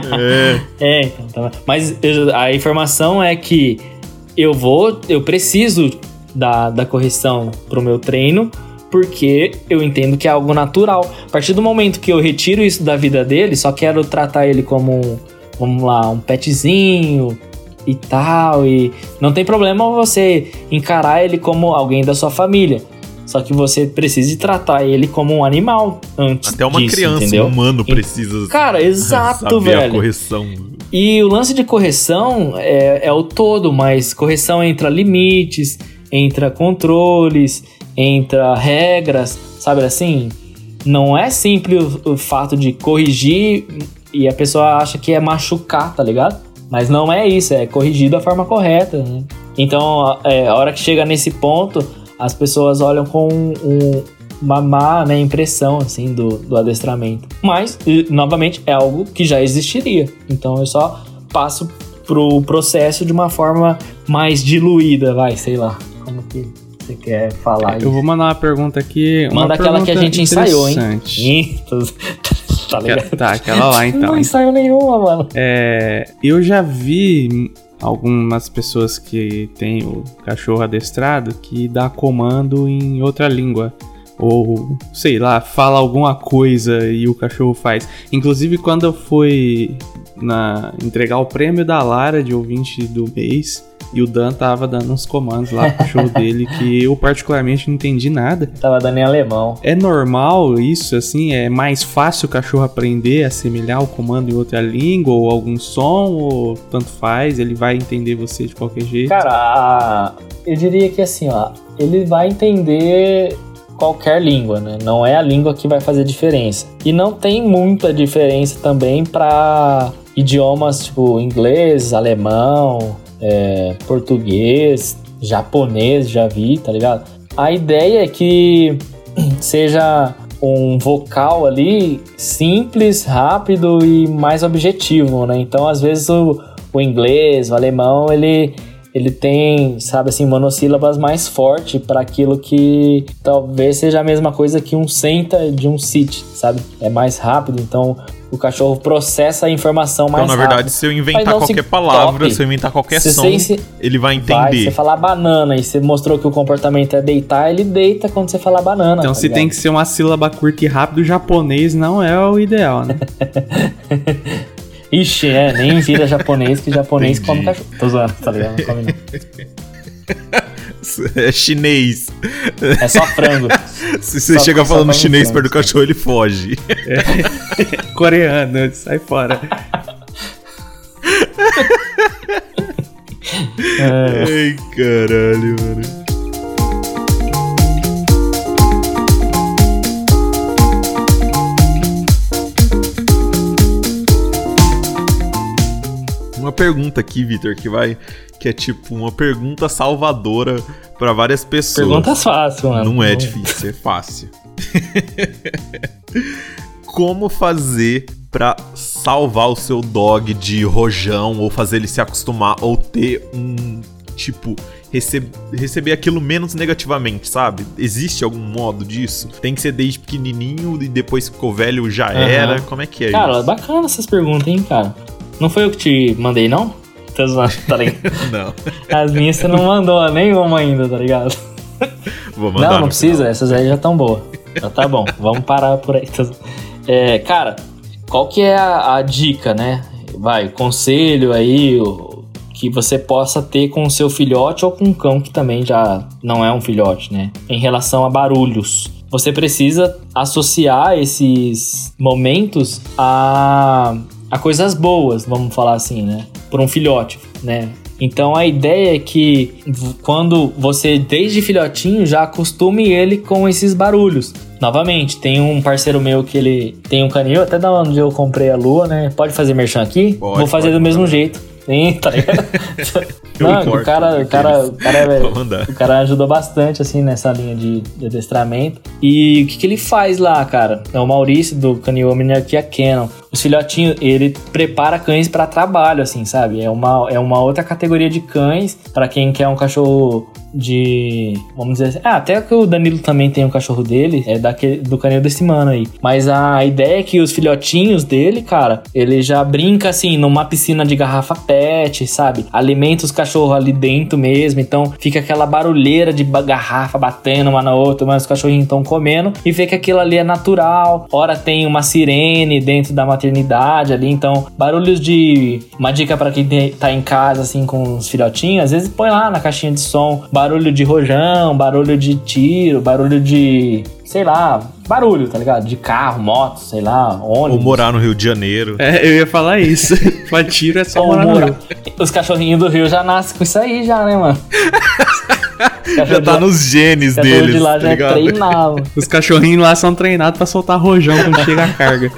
É. É, então, tá. Mas eu, a informação é que eu vou, eu preciso da, da correção pro meu treino, porque eu entendo que é algo natural. A partir do momento que eu retiro isso da vida dele, só quero tratar ele como um, vamos lá, um petzinho e tal, e não tem problema você encarar ele como alguém da sua família, só que você precisa tratar ele como um animal antes Até uma disso, criança, entendeu? um humano precisa Cara, exato, saber velho. a correção. E o lance de correção é, é o todo, mas correção entra limites, entra controles, entra regras, sabe assim? Não é simples o, o fato de corrigir e a pessoa acha que é machucar, tá ligado? Mas não é isso, é corrigir da forma correta, né? Então, é, a hora que chega nesse ponto, as pessoas olham com um, uma má, né, impressão, assim, do, do adestramento. Mas, novamente, é algo que já existiria. Então, eu só passo pro processo de uma forma mais diluída, vai, sei lá. Como que você quer falar isso? Eu vou mandar uma pergunta aqui. Manda uma aquela que a gente ensaiou, hein? Ih, Tá ligado? Tá, aquela lá então. Não ensaio nenhuma, mano. É, eu já vi algumas pessoas que têm o cachorro adestrado que dá comando em outra língua. Ou, sei lá, fala alguma coisa e o cachorro faz. Inclusive, quando eu fui na, entregar o prêmio da Lara de ouvinte do mês, e o Dan tava dando uns comandos lá pro cachorro dele que eu particularmente não entendi nada. Tava dando em alemão. É normal isso, assim? É mais fácil o cachorro aprender a assimilar o comando em outra língua ou algum som, ou tanto faz, ele vai entender você de qualquer jeito? Cara, a... eu diria que assim, ó, ele vai entender qualquer língua, né? Não é a língua que vai fazer diferença. E não tem muita diferença também para idiomas tipo inglês, alemão, é, português, japonês, já vi, tá ligado? A ideia é que seja um vocal ali simples, rápido e mais objetivo, né? Então, às vezes, o, o inglês, o alemão, ele... ele tem, sabe assim, monossílabas mais fortes para aquilo que talvez seja a mesma coisa que um senta de um sit, sabe? É mais rápido, então o cachorro processa a informação mais rápido. Então, na verdade, rápido. Se eu inventar qualquer palavra, top. se eu inventar qualquer se som, se... ele vai entender. Vai, você falar banana e você mostrou que o comportamento é deitar, ele deita quando você falar banana. Então, tá se ligado? tem que ser uma sílaba curta e rápido, o japonês não é o ideal, né? Ixi, é, nem vira japonês, que japonês Entendi. come cachorro. Tô zoando, tá ligado? Não come não. É chinês. É só frango. Se você só chega falando chinês perto do cachorro, ele foge. É. Coreano, sai fora. É. Ai, caralho, mano. Uma pergunta aqui, Vitor, que vai... que é tipo uma pergunta salvadora pra várias pessoas. Perguntas fáceis, mano. Não é difícil, é fácil. Como fazer pra salvar o seu dog de rojão, ou fazer ele se acostumar, ou ter um, tipo, receb- receber aquilo menos negativamente, sabe? Existe algum modo disso? Tem que ser desde pequenininho e depois que ficou velho já uhum. era? Como é que é cara, isso? Cara, bacana essas perguntas, hein, cara? Não foi eu que te mandei, não? Tá ligado? Não. As minhas você não mandou nenhuma ainda, tá ligado? Vou mandar. Não, não precisa, final. Essas aí já estão boas. Já tá bom, vamos parar por aí. É, cara, qual que é a, a dica, né? Vai, conselho aí, o, que você possa ter com o seu filhote ou com um cão que também já não é um filhote, né? Em relação a barulhos. Você precisa associar esses momentos a, a coisas boas, vamos falar assim, né? Por um filhote, né? Então a ideia é que quando você, desde filhotinho, já acostume ele com esses barulhos. Novamente, tem um parceiro meu que ele tem um canil, até da onde eu comprei a Lua, né? Pode fazer merchan aqui? Pode, Vou fazer pode, do mesmo pode. jeito. Sim, tá ligado? Não, importo, o cara, o cara, o cara, velho, o cara ajudou bastante, assim, nessa linha de, de adestramento. E o que, que ele faz lá, cara? É o Maurício, do Canil Minarquia Canon. Os filhotinhos, ele prepara cães pra trabalho, assim, sabe? É uma, é uma outra categoria de cães pra quem quer um cachorro de... Vamos dizer assim... Ah, até que o Danilo também tem um cachorro dele, é daquele, do Canil desse mano aí. Mas a ideia é que os filhotinhos dele, cara, ele já brinca, assim, numa piscina de garrafa pet, sabe? Alimenta os cachorros ali dentro mesmo, então fica aquela barulheira de garrafa batendo uma na outra, mas os cachorrinhos estão comendo e vê que aquilo ali é natural. Ora tem uma sirene dentro da maternidade ali, então barulhos de... Uma dica pra quem tá em casa, assim, com os filhotinhos, às vezes põe lá na caixinha de som barulho de rojão, barulho de tiro, barulho de... sei lá, barulho, tá ligado? De carro, moto, sei lá, ônibus. Ou morar no Rio de Janeiro. É, eu ia falar isso. Pra tiro é só Ou morar no morar. Rio. Os cachorrinhos do Rio já nascem com isso aí já, né, mano? Já tá nos genes deles, de lá tá já é treinado. Os cachorrinhos lá são treinados pra soltar rojão quando chega a carga.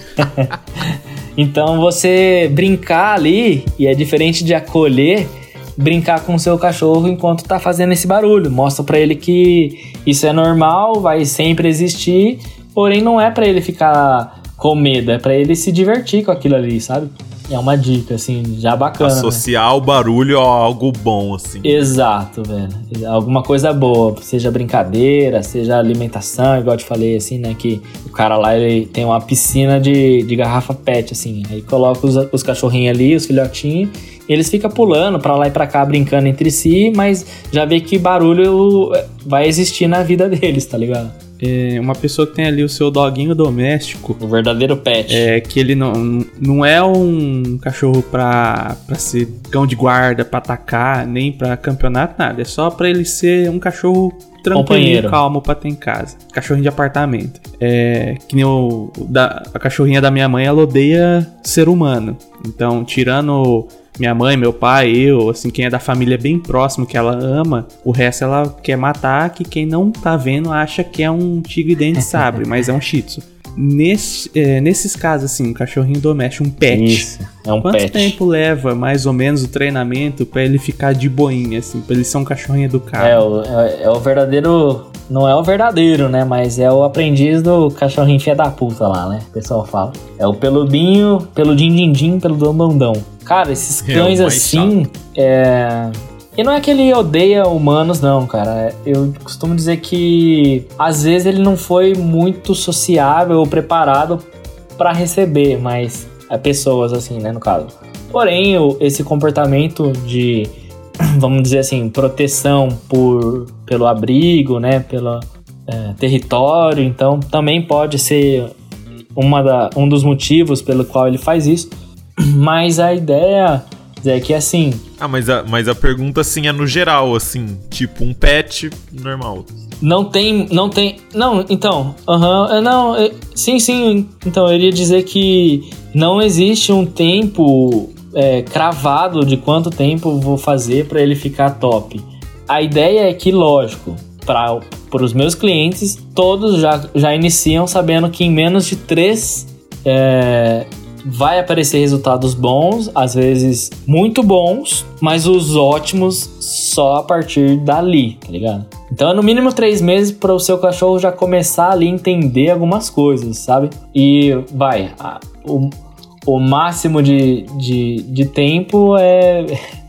Então você brincar ali, e é diferente de acolher, brincar com o seu cachorro enquanto tá fazendo esse barulho. Mostra pra ele que isso é normal, vai sempre existir, porém não é pra ele ficar com medo, é pra ele se divertir com aquilo ali, sabe? É uma dica, assim, já bacana. Associar, né, o barulho a algo bom, assim. Exato, velho. Alguma coisa boa, seja brincadeira, seja alimentação, igual eu te falei, assim, né? Que o cara lá, ele tem uma piscina de, de garrafa pet, assim. Aí coloca os, os cachorrinhos ali, os filhotinhos, e eles ficam pulando pra lá e pra cá, brincando entre si, mas já vê que barulho vai existir na vida deles, tá ligado? É uma pessoa que tem ali o seu doguinho doméstico. O verdadeiro pet. É que ele não, não é um cachorro pra, pra ser cão de guarda, pra atacar, nem pra campeonato, nada. É só pra ele ser um cachorro tranquilo e calmo pra ter em casa. Cachorrinho de apartamento. É que nem o, da, a cachorrinha da minha mãe, ela odeia ser humano. Então, tirando minha mãe, meu pai, eu, assim, quem é da família bem próximo, que ela ama, o resto ela quer matar, que quem não tá vendo acha que é um tigre dente sabre, mas é um shih tzu. Nesse, é, nesses casos, assim, um cachorrinho doméstico, um pet. Isso, é um Quanto pet. tempo leva, mais ou menos, o treinamento pra ele ficar de boinha, assim, pra ele ser um cachorrinho educado? É o, é, é o verdadeiro... Não é o verdadeiro, né? Mas é o aprendiz do cachorrinho filha da puta lá, né? O pessoal fala. É o peludinho, peludinho din-din, peludão dondão. Cara, esses cães é assim... É... E não é que ele odeia humanos, não, cara. Eu costumo dizer que às vezes ele não foi muito sociável ou preparado pra receber, mas é pessoas, assim, né, no caso. Porém, esse comportamento de, vamos dizer assim, proteção por, pelo abrigo, né, pelo é, território, então também pode ser uma da, um dos motivos pelo qual ele faz isso. Mas a ideia é que, assim... Ah, mas a, mas a pergunta, assim, é no geral, assim, tipo, um pet normal. Não tem, não tem... Não, então, aham, uh-huh, não, é, sim, sim, então, eu iria dizer que não existe um tempo é, cravado de quanto tempo vou fazer para ele ficar top. A ideia é que, lógico, para os meus clientes, todos já, já iniciam sabendo que em menos de três... É, vai aparecer resultados bons, às vezes muito bons, mas os ótimos só a partir dali, tá ligado? Então é no mínimo três meses para o seu cachorro já começar ali a entender algumas coisas, sabe? E vai, a, o, o máximo de, de, de tempo é,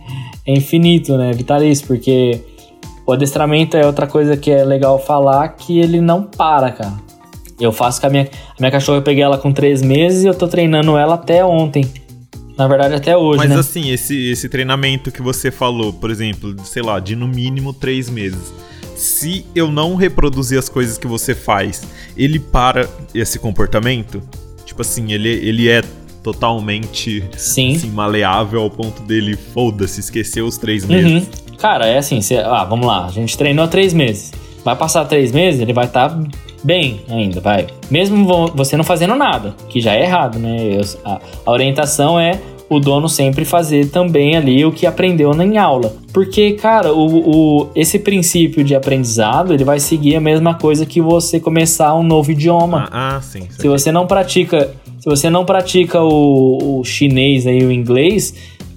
é infinito, né? Vitalício, porque o adestramento é outra coisa que é legal falar, que ele não para, cara. Eu faço com a minha, a minha cachorra, eu peguei ela com três meses e eu tô treinando ela até ontem. Na verdade, até hoje, Mas né? assim, esse, esse treinamento que você falou, por exemplo, sei lá, de no mínimo três meses. Se eu não reproduzir as coisas que você faz, ele para esse comportamento? Tipo assim, ele, ele é totalmente Sim. Assim, maleável ao ponto dele, foda-se, esquecer os três meses. Uhum. Cara, é assim, cê, ah, vamos lá, a gente treinou três meses. Vai passar três meses, ele vai estar tá bem ainda, vai. Mesmo você não fazendo nada, que já é errado, né? Eu, a, a orientação é o dono sempre fazer também ali o que aprendeu em aula. Porque, cara, o, o, esse princípio de aprendizado, ele vai seguir a mesma coisa que você começar um novo idioma. Ah, ah sim. Se você não pratica, se você não pratica o, o chinês aí, o inglês,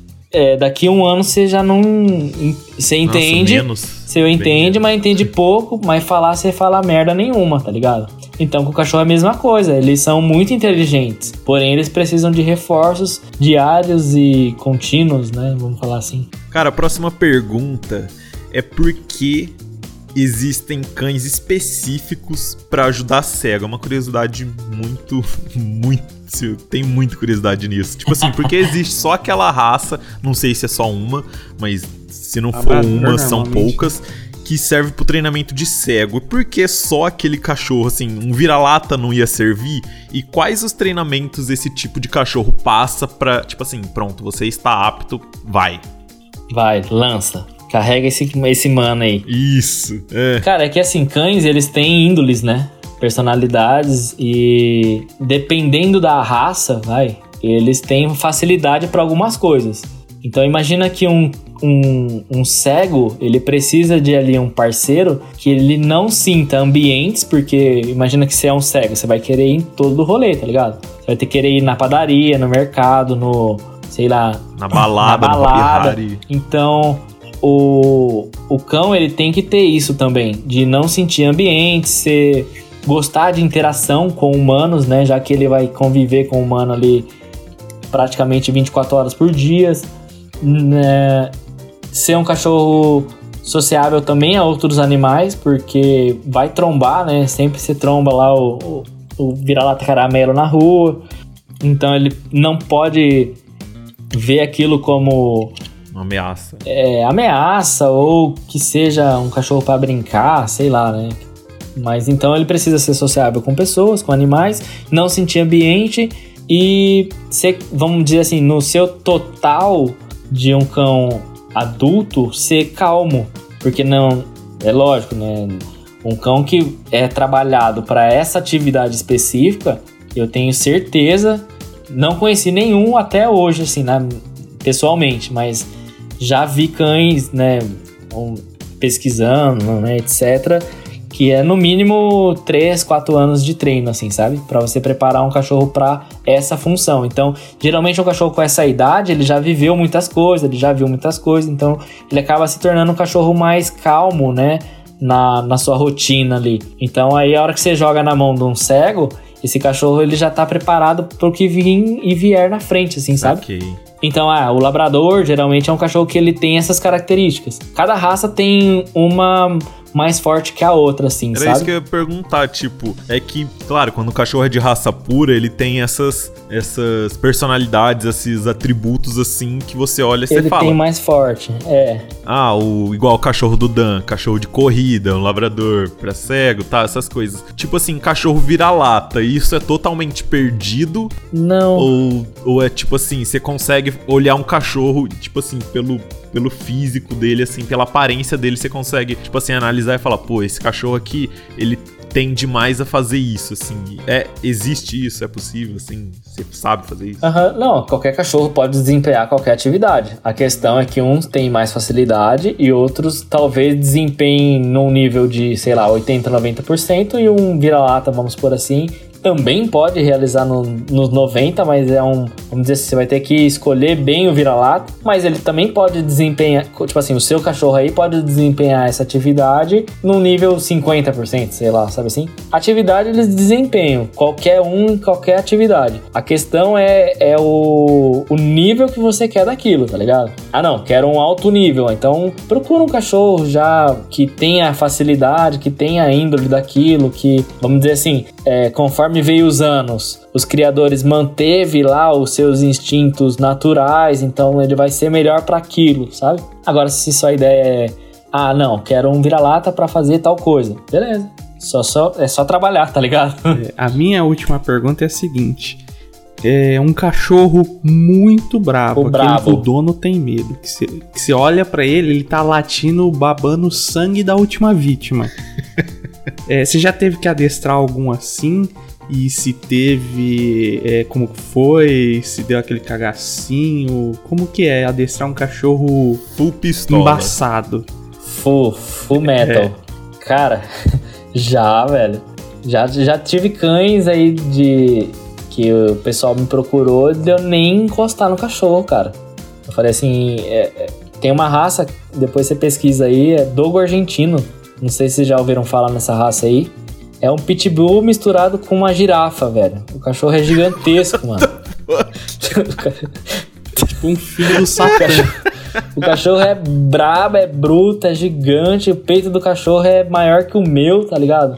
é, daqui a um ano você já não... Você entende... Nossa, menos. Você entende, mas entende pouco, mas falar, você fala merda nenhuma, tá ligado? Então, com o cachorro é a mesma coisa, eles são muito inteligentes, porém eles precisam de reforços diários e contínuos, né? Vamos falar assim. Cara, a próxima pergunta é por que existem cães específicos pra ajudar cego? É uma curiosidade muito, muito... Tenho muita curiosidade nisso. Tipo assim, porque existe só aquela raça, não sei se é só uma, mas se não for uma, são poucas, que serve pro treinamento de cego. Por que só aquele cachorro, assim, um vira-lata não ia servir? E quais os treinamentos esse tipo de cachorro passa pra, tipo assim, pronto, você está apto, vai. Vai, lança. Carrega esse, esse mano aí. Isso, é. Cara, é que assim, cães, eles têm índoles, né? Personalidades e dependendo da raça, vai, eles têm facilidade para algumas coisas. Então imagina que um, um, um cego, ele precisa de ali um parceiro que ele não sinta ambientes, porque imagina que você é um cego, você vai querer ir em todo o rolê, tá ligado? Você vai ter que querer ir na padaria, no mercado, no, sei lá... Na balada, na balada. No Então... O, o cão, ele tem que ter isso também, de não sentir ambientes, ser, gostar de interação com humanos, né? Já que ele vai conviver com o humano ali praticamente vinte e quatro horas por dia. Né? Ser um cachorro sociável também a outros animais, porque vai trombar, né? Sempre se tromba lá o, o, o vira-lata caramelo na rua. Então ele não pode ver aquilo como... Uma ameaça. É, ameaça ou que seja um cachorro para brincar, sei lá, né? Mas então ele precisa ser sociável com pessoas, com animais, não sentir ambiente e ser, vamos dizer assim, no seu total de um cão adulto, ser calmo. Porque não, é lógico, né? Um cão que é trabalhado para essa atividade específica, eu tenho certeza, não conheci nenhum até hoje, assim, né? Pessoalmente, mas já vi cães, né, pesquisando, né, etcétera, que é no mínimo três, quatro anos de treino, assim, sabe? Pra você preparar um cachorro pra essa função. Então, geralmente um cachorro com essa idade, ele já viveu muitas coisas, ele já viu muitas coisas, então ele acaba se tornando um cachorro mais calmo, né, na, na sua rotina ali. Então, aí a hora que você joga na mão de um cego, esse cachorro, ele já tá preparado pro que vir e vier na frente, assim, sabe? Ok. Então, ah, o labrador geralmente é um cachorro que ele tem essas características. Cada raça tem uma mais forte que a outra, assim, Era sabe? isso que eu ia perguntar, tipo, é que, claro, quando o cachorro é de raça pura, ele tem essas, essas personalidades, esses atributos, assim, que você olha e você ele fala. Ele tem mais forte, é. Ah, o, igual o cachorro do Dan, cachorro de corrida, um labrador pra cego, tá, essas coisas. Tipo assim, cachorro vira-lata, isso é totalmente perdido? Não. Ou, ou é tipo assim, você consegue olhar um cachorro, tipo assim, pelo... pelo físico dele, assim, pela aparência dele, você consegue, tipo assim, analisar e falar, pô, esse cachorro aqui, ele tende mais a fazer isso, assim. É, existe isso? É possível, assim? Você sabe fazer isso? Uhum. Não, qualquer cachorro pode desempenhar qualquer atividade. A questão é que uns têm mais facilidade e outros talvez desempenhem num nível de, sei lá, oitenta, noventa por cento e um vira-lata, vamos por assim, também pode realizar no, nos noventa, mas é um, vamos dizer assim, você vai ter que escolher bem o vira-lata, mas ele também pode desempenhar, tipo assim, o seu cachorro aí pode desempenhar essa atividade no nível cinquenta por cento, sei lá, sabe assim? Atividade eles desempenham, qualquer um em qualquer atividade. A questão é, é o, o nível que você quer daquilo, tá ligado? Ah não, quero um alto nível, então procura um cachorro já que tenha facilidade, que tenha a índole daquilo, que, vamos dizer assim, é, conforme veio os anos, os criadores manteve lá os seus instintos naturais, então ele vai ser melhor para aquilo, sabe? Agora, se sua ideia é, ah, não, quero um vira-lata para fazer tal coisa, beleza. Só, só, é só trabalhar, tá ligado? É, a minha última pergunta é a seguinte. É um cachorro muito bravo, o aquele bravo. que o dono tem medo. Que você que você olha pra ele, ele tá latindo, babando sangue da última vítima. É, você já teve que adestrar algum assim? E se teve, é, como foi? Se deu aquele cagacinho? Como que é adestrar um cachorro Full pistola. embaçado? Full, full metal. É. Cara, já, velho. Já, já tive cães aí de... que o pessoal me procurou de eu nem encostar no cachorro, cara. Eu falei assim, é, é, tem uma raça, depois você pesquisa aí, é dogo argentino. Não sei se vocês já ouviram falar nessa raça aí. É um pitbull misturado com uma girafa, velho. O cachorro é gigantesco, mano. Tipo um filho do Satã. O cachorro é brabo, é bruto, é gigante. O peito do cachorro é maior que o meu, tá ligado?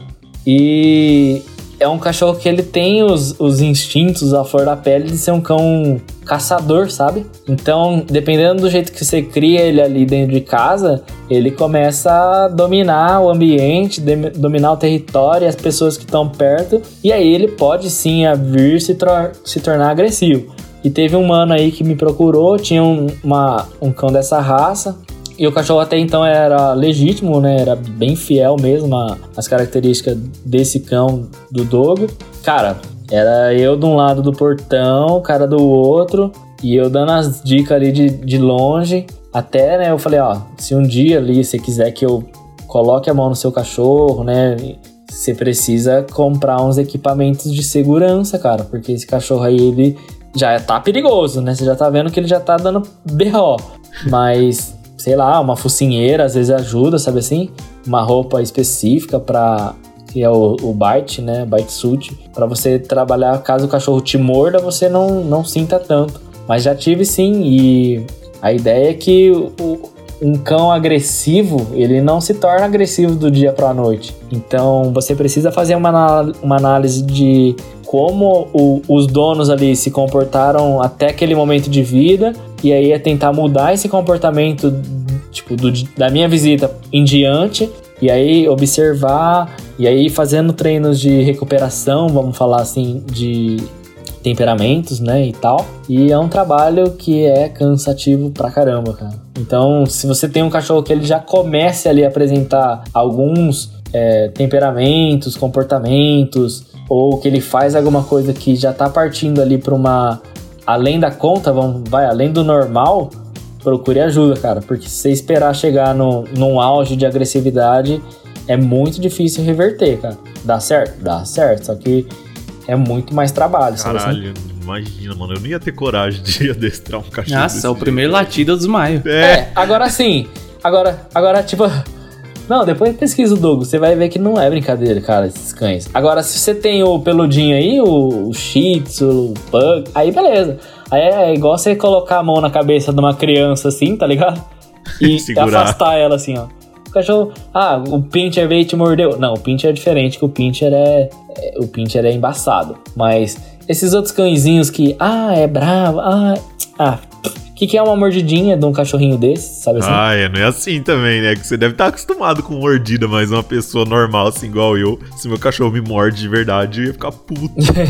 E... é um cachorro que ele tem os, os instintos à flor da pele de ser um cão caçador, sabe? Então, dependendo do jeito que você cria ele ali dentro de casa, ele começa a dominar o ambiente, de, dominar o território e as pessoas que estão perto, e aí ele pode sim vir se, tor- se tornar agressivo. E teve um mano aí que me procurou, tinha um, uma, um cão dessa raça, e o cachorro até então era legítimo, né? Era bem fiel mesmo às características desse cão do dogo. Cara, era eu de um lado do portão, o cara do outro, e eu dando as dicas ali de, de longe. Até, né, eu falei, ó, se um dia ali você quiser que eu coloque a mão no seu cachorro, né? Você precisa comprar uns equipamentos de segurança, cara, porque esse cachorro aí, ele já tá perigoso, né? Você já tá vendo que ele já tá dando B O. Mas... sei lá, uma focinheira às vezes ajuda, sabe assim? Uma roupa específica pra... que é o, o bite, né? Bite suit. Pra você trabalhar, caso o cachorro te morda, você não, não sinta tanto. Mas já tive sim, e a ideia é que o, um cão agressivo, ele não se torna agressivo do dia pra noite. Então, você precisa fazer uma, uma análise de como o, os donos ali se comportaram até aquele momento de vida, e aí é tentar mudar esse comportamento, tipo, do, da minha visita em diante, e aí observar, e aí fazendo treinos de recuperação, vamos falar assim, de temperamentos, né, e tal. E é um trabalho que é cansativo pra caramba, cara. Então, se você tem um cachorro que ele já comece ali a apresentar alguns é, temperamentos, comportamentos, ou que ele faz alguma coisa que já tá partindo ali pra uma... além da conta, vamos, vai além do normal, procure ajuda, cara. Porque se você esperar chegar no, num auge de agressividade, é muito difícil reverter, cara. Dá certo? Dá certo, só que é muito mais trabalho. Caralho, assim? Imagina, mano, eu não ia ter coragem de adestrar um cachorro. Nossa, é o primeiro latido eu desmaio. É. é, agora sim, agora, agora tipo... não, depois pesquisa o Dogo, você vai ver que não é brincadeira, cara, esses cães. Agora, se você tem o peludinho aí, o, o Shih Tzu, o Pug, aí beleza. Aí é igual você colocar a mão na cabeça de uma criança assim, tá ligado? E afastar ela assim, ó. O cachorro, ah, o Pinscher veio e te mordeu. Não, o Pinscher é diferente, que o Pinscher é, é... o Pinscher é embaçado. Mas esses outros cãezinhos que, ah, é bravo, ah... ah o que, que é uma mordidinha de um cachorrinho desse, sabe assim? Ah, é, não é assim também, né? Que você deve estar acostumado com mordida, mas uma pessoa normal, assim, igual eu, se meu cachorro me morde de verdade, eu ia ficar puto.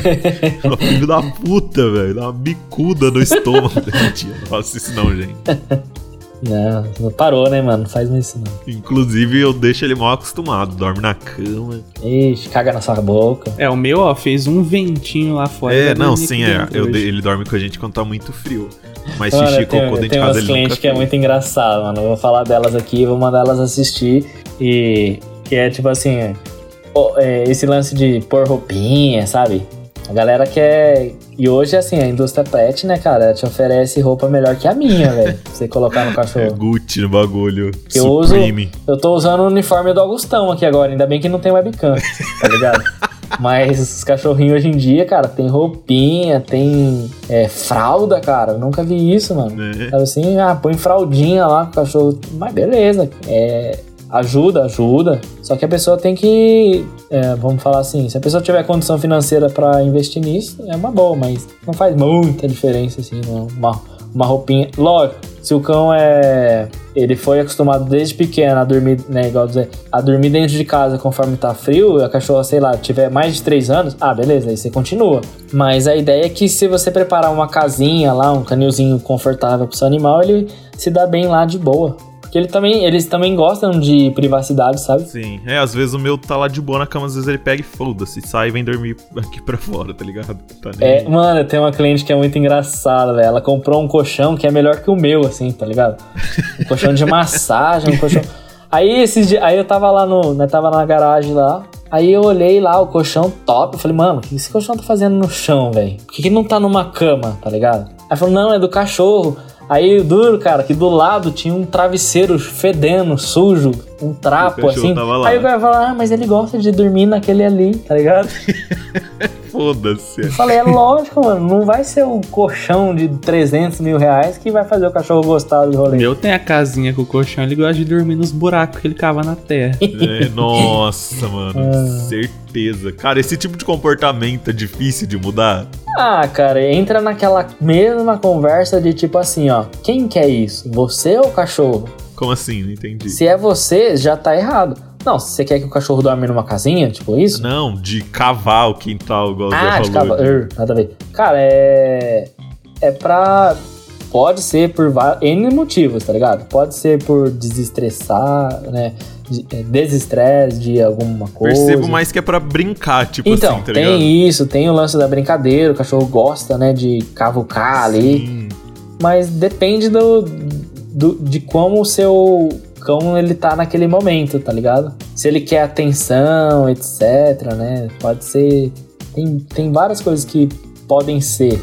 Uma filho da puta, velho. Dá uma bicuda no estômago. Mentira, não faço isso não, gente. Não, não parou, né, mano? Não faz isso não. Inclusive, eu deixo ele mal acostumado. Dorme na cama. Ixi, caga na sua boca. É, o meu, ó, fez um ventinho lá fora. É, não, sim, é. Eu, ele dorme com a gente quando tá muito frio. Mas mano, xixi e cocô dentro de casa ele nunca tem umas clientes que é muito engraçado, mano. Eu vou falar delas aqui, vou mandar elas assistir. E que é tipo assim... é, esse lance de pôr roupinha, sabe? A galera quer... E hoje, assim, a indústria pet, né, cara, te oferece roupa melhor que a minha, velho. Pra você colocar no cachorro. É Gucci no bagulho. Eu uso... Eu tô usando o uniforme do Augustão aqui agora. Ainda bem que não tem webcam, tá ligado? Mas os cachorrinhos hoje em dia, cara, tem roupinha, tem é, fralda, cara. Eu nunca vi isso, mano. É. Sabe assim, ah, põe fraldinha lá com o cachorro. Mas beleza, é... Ajuda, ajuda. Só que a pessoa tem que... É, vamos falar assim, se a pessoa tiver condição financeira pra investir nisso, é uma boa, mas não faz muita diferença, assim, uma, uma roupinha. Lógico, se o cão é... Ele foi acostumado desde pequeno a dormir, né, igual dizer, a dormir dentro de casa conforme tá frio, a cachorra, sei lá, tiver mais de três anos, ah, beleza, aí você continua. Mas a ideia é que se você preparar uma casinha lá, um canilzinho confortável pro seu animal, ele se dá bem lá de boa. Porque ele também, eles também gostam de privacidade, sabe? Sim, é, às vezes o meu tá lá de boa na cama, às vezes ele pega e foda-se, sai e vem dormir aqui pra fora, tá ligado? Tá é, aí. Mano, tem uma cliente que é muito engraçada, velho. Ela comprou um colchão que é melhor que o meu, assim, tá ligado? Um colchão de massagem, um colchão... Aí, esses dias, aí eu tava lá no... Né, tava na garagem lá, aí eu olhei lá o colchão top, eu falei, mano, o que esse colchão tá fazendo no chão, velho? Por que que ele não tá numa cama, tá ligado? Aí falou, não, é do cachorro. Aí o duro, cara, que do lado tinha um travesseiro fedendo, sujo, um trapo, assim. Aí o cara falou, ah, mas ele gosta de dormir naquele ali, tá ligado? Foda-se. Eu falei, é lógico, mano, não vai ser o colchão de trezentos mil reais que vai fazer o cachorro gostar do rolê. Eu tenho a casinha com o colchão, ele gosta de dormir nos buracos que ele cava na terra. É, nossa, mano, ah. certeza. Cara, esse tipo de comportamento é difícil de mudar? Ah, cara, entra naquela mesma conversa de tipo assim, ó, quem quer isso? Você ou o cachorro? Como assim? Não entendi. Se é você, já tá errado. Não, se você quer que o cachorro dorme numa casinha, tipo isso? Não, de cavar o quintal, igual ah, o Zé falou. De cavar, er, nada a ver. Cara, é... É pra... Pode ser por N motivos, tá ligado? Pode ser por desestressar, né? Desestresse de alguma coisa. Percebo mais que é pra brincar, tipo então, assim, tá ligado? Então, tem isso, tem o lance da brincadeira, o cachorro gosta, né, de cavucar ali. Sim. Mas depende do, do, de como o seu cão, ele tá naquele momento, tá ligado? Se ele quer atenção, etc, né? Pode ser... Tem, tem várias coisas que podem ser.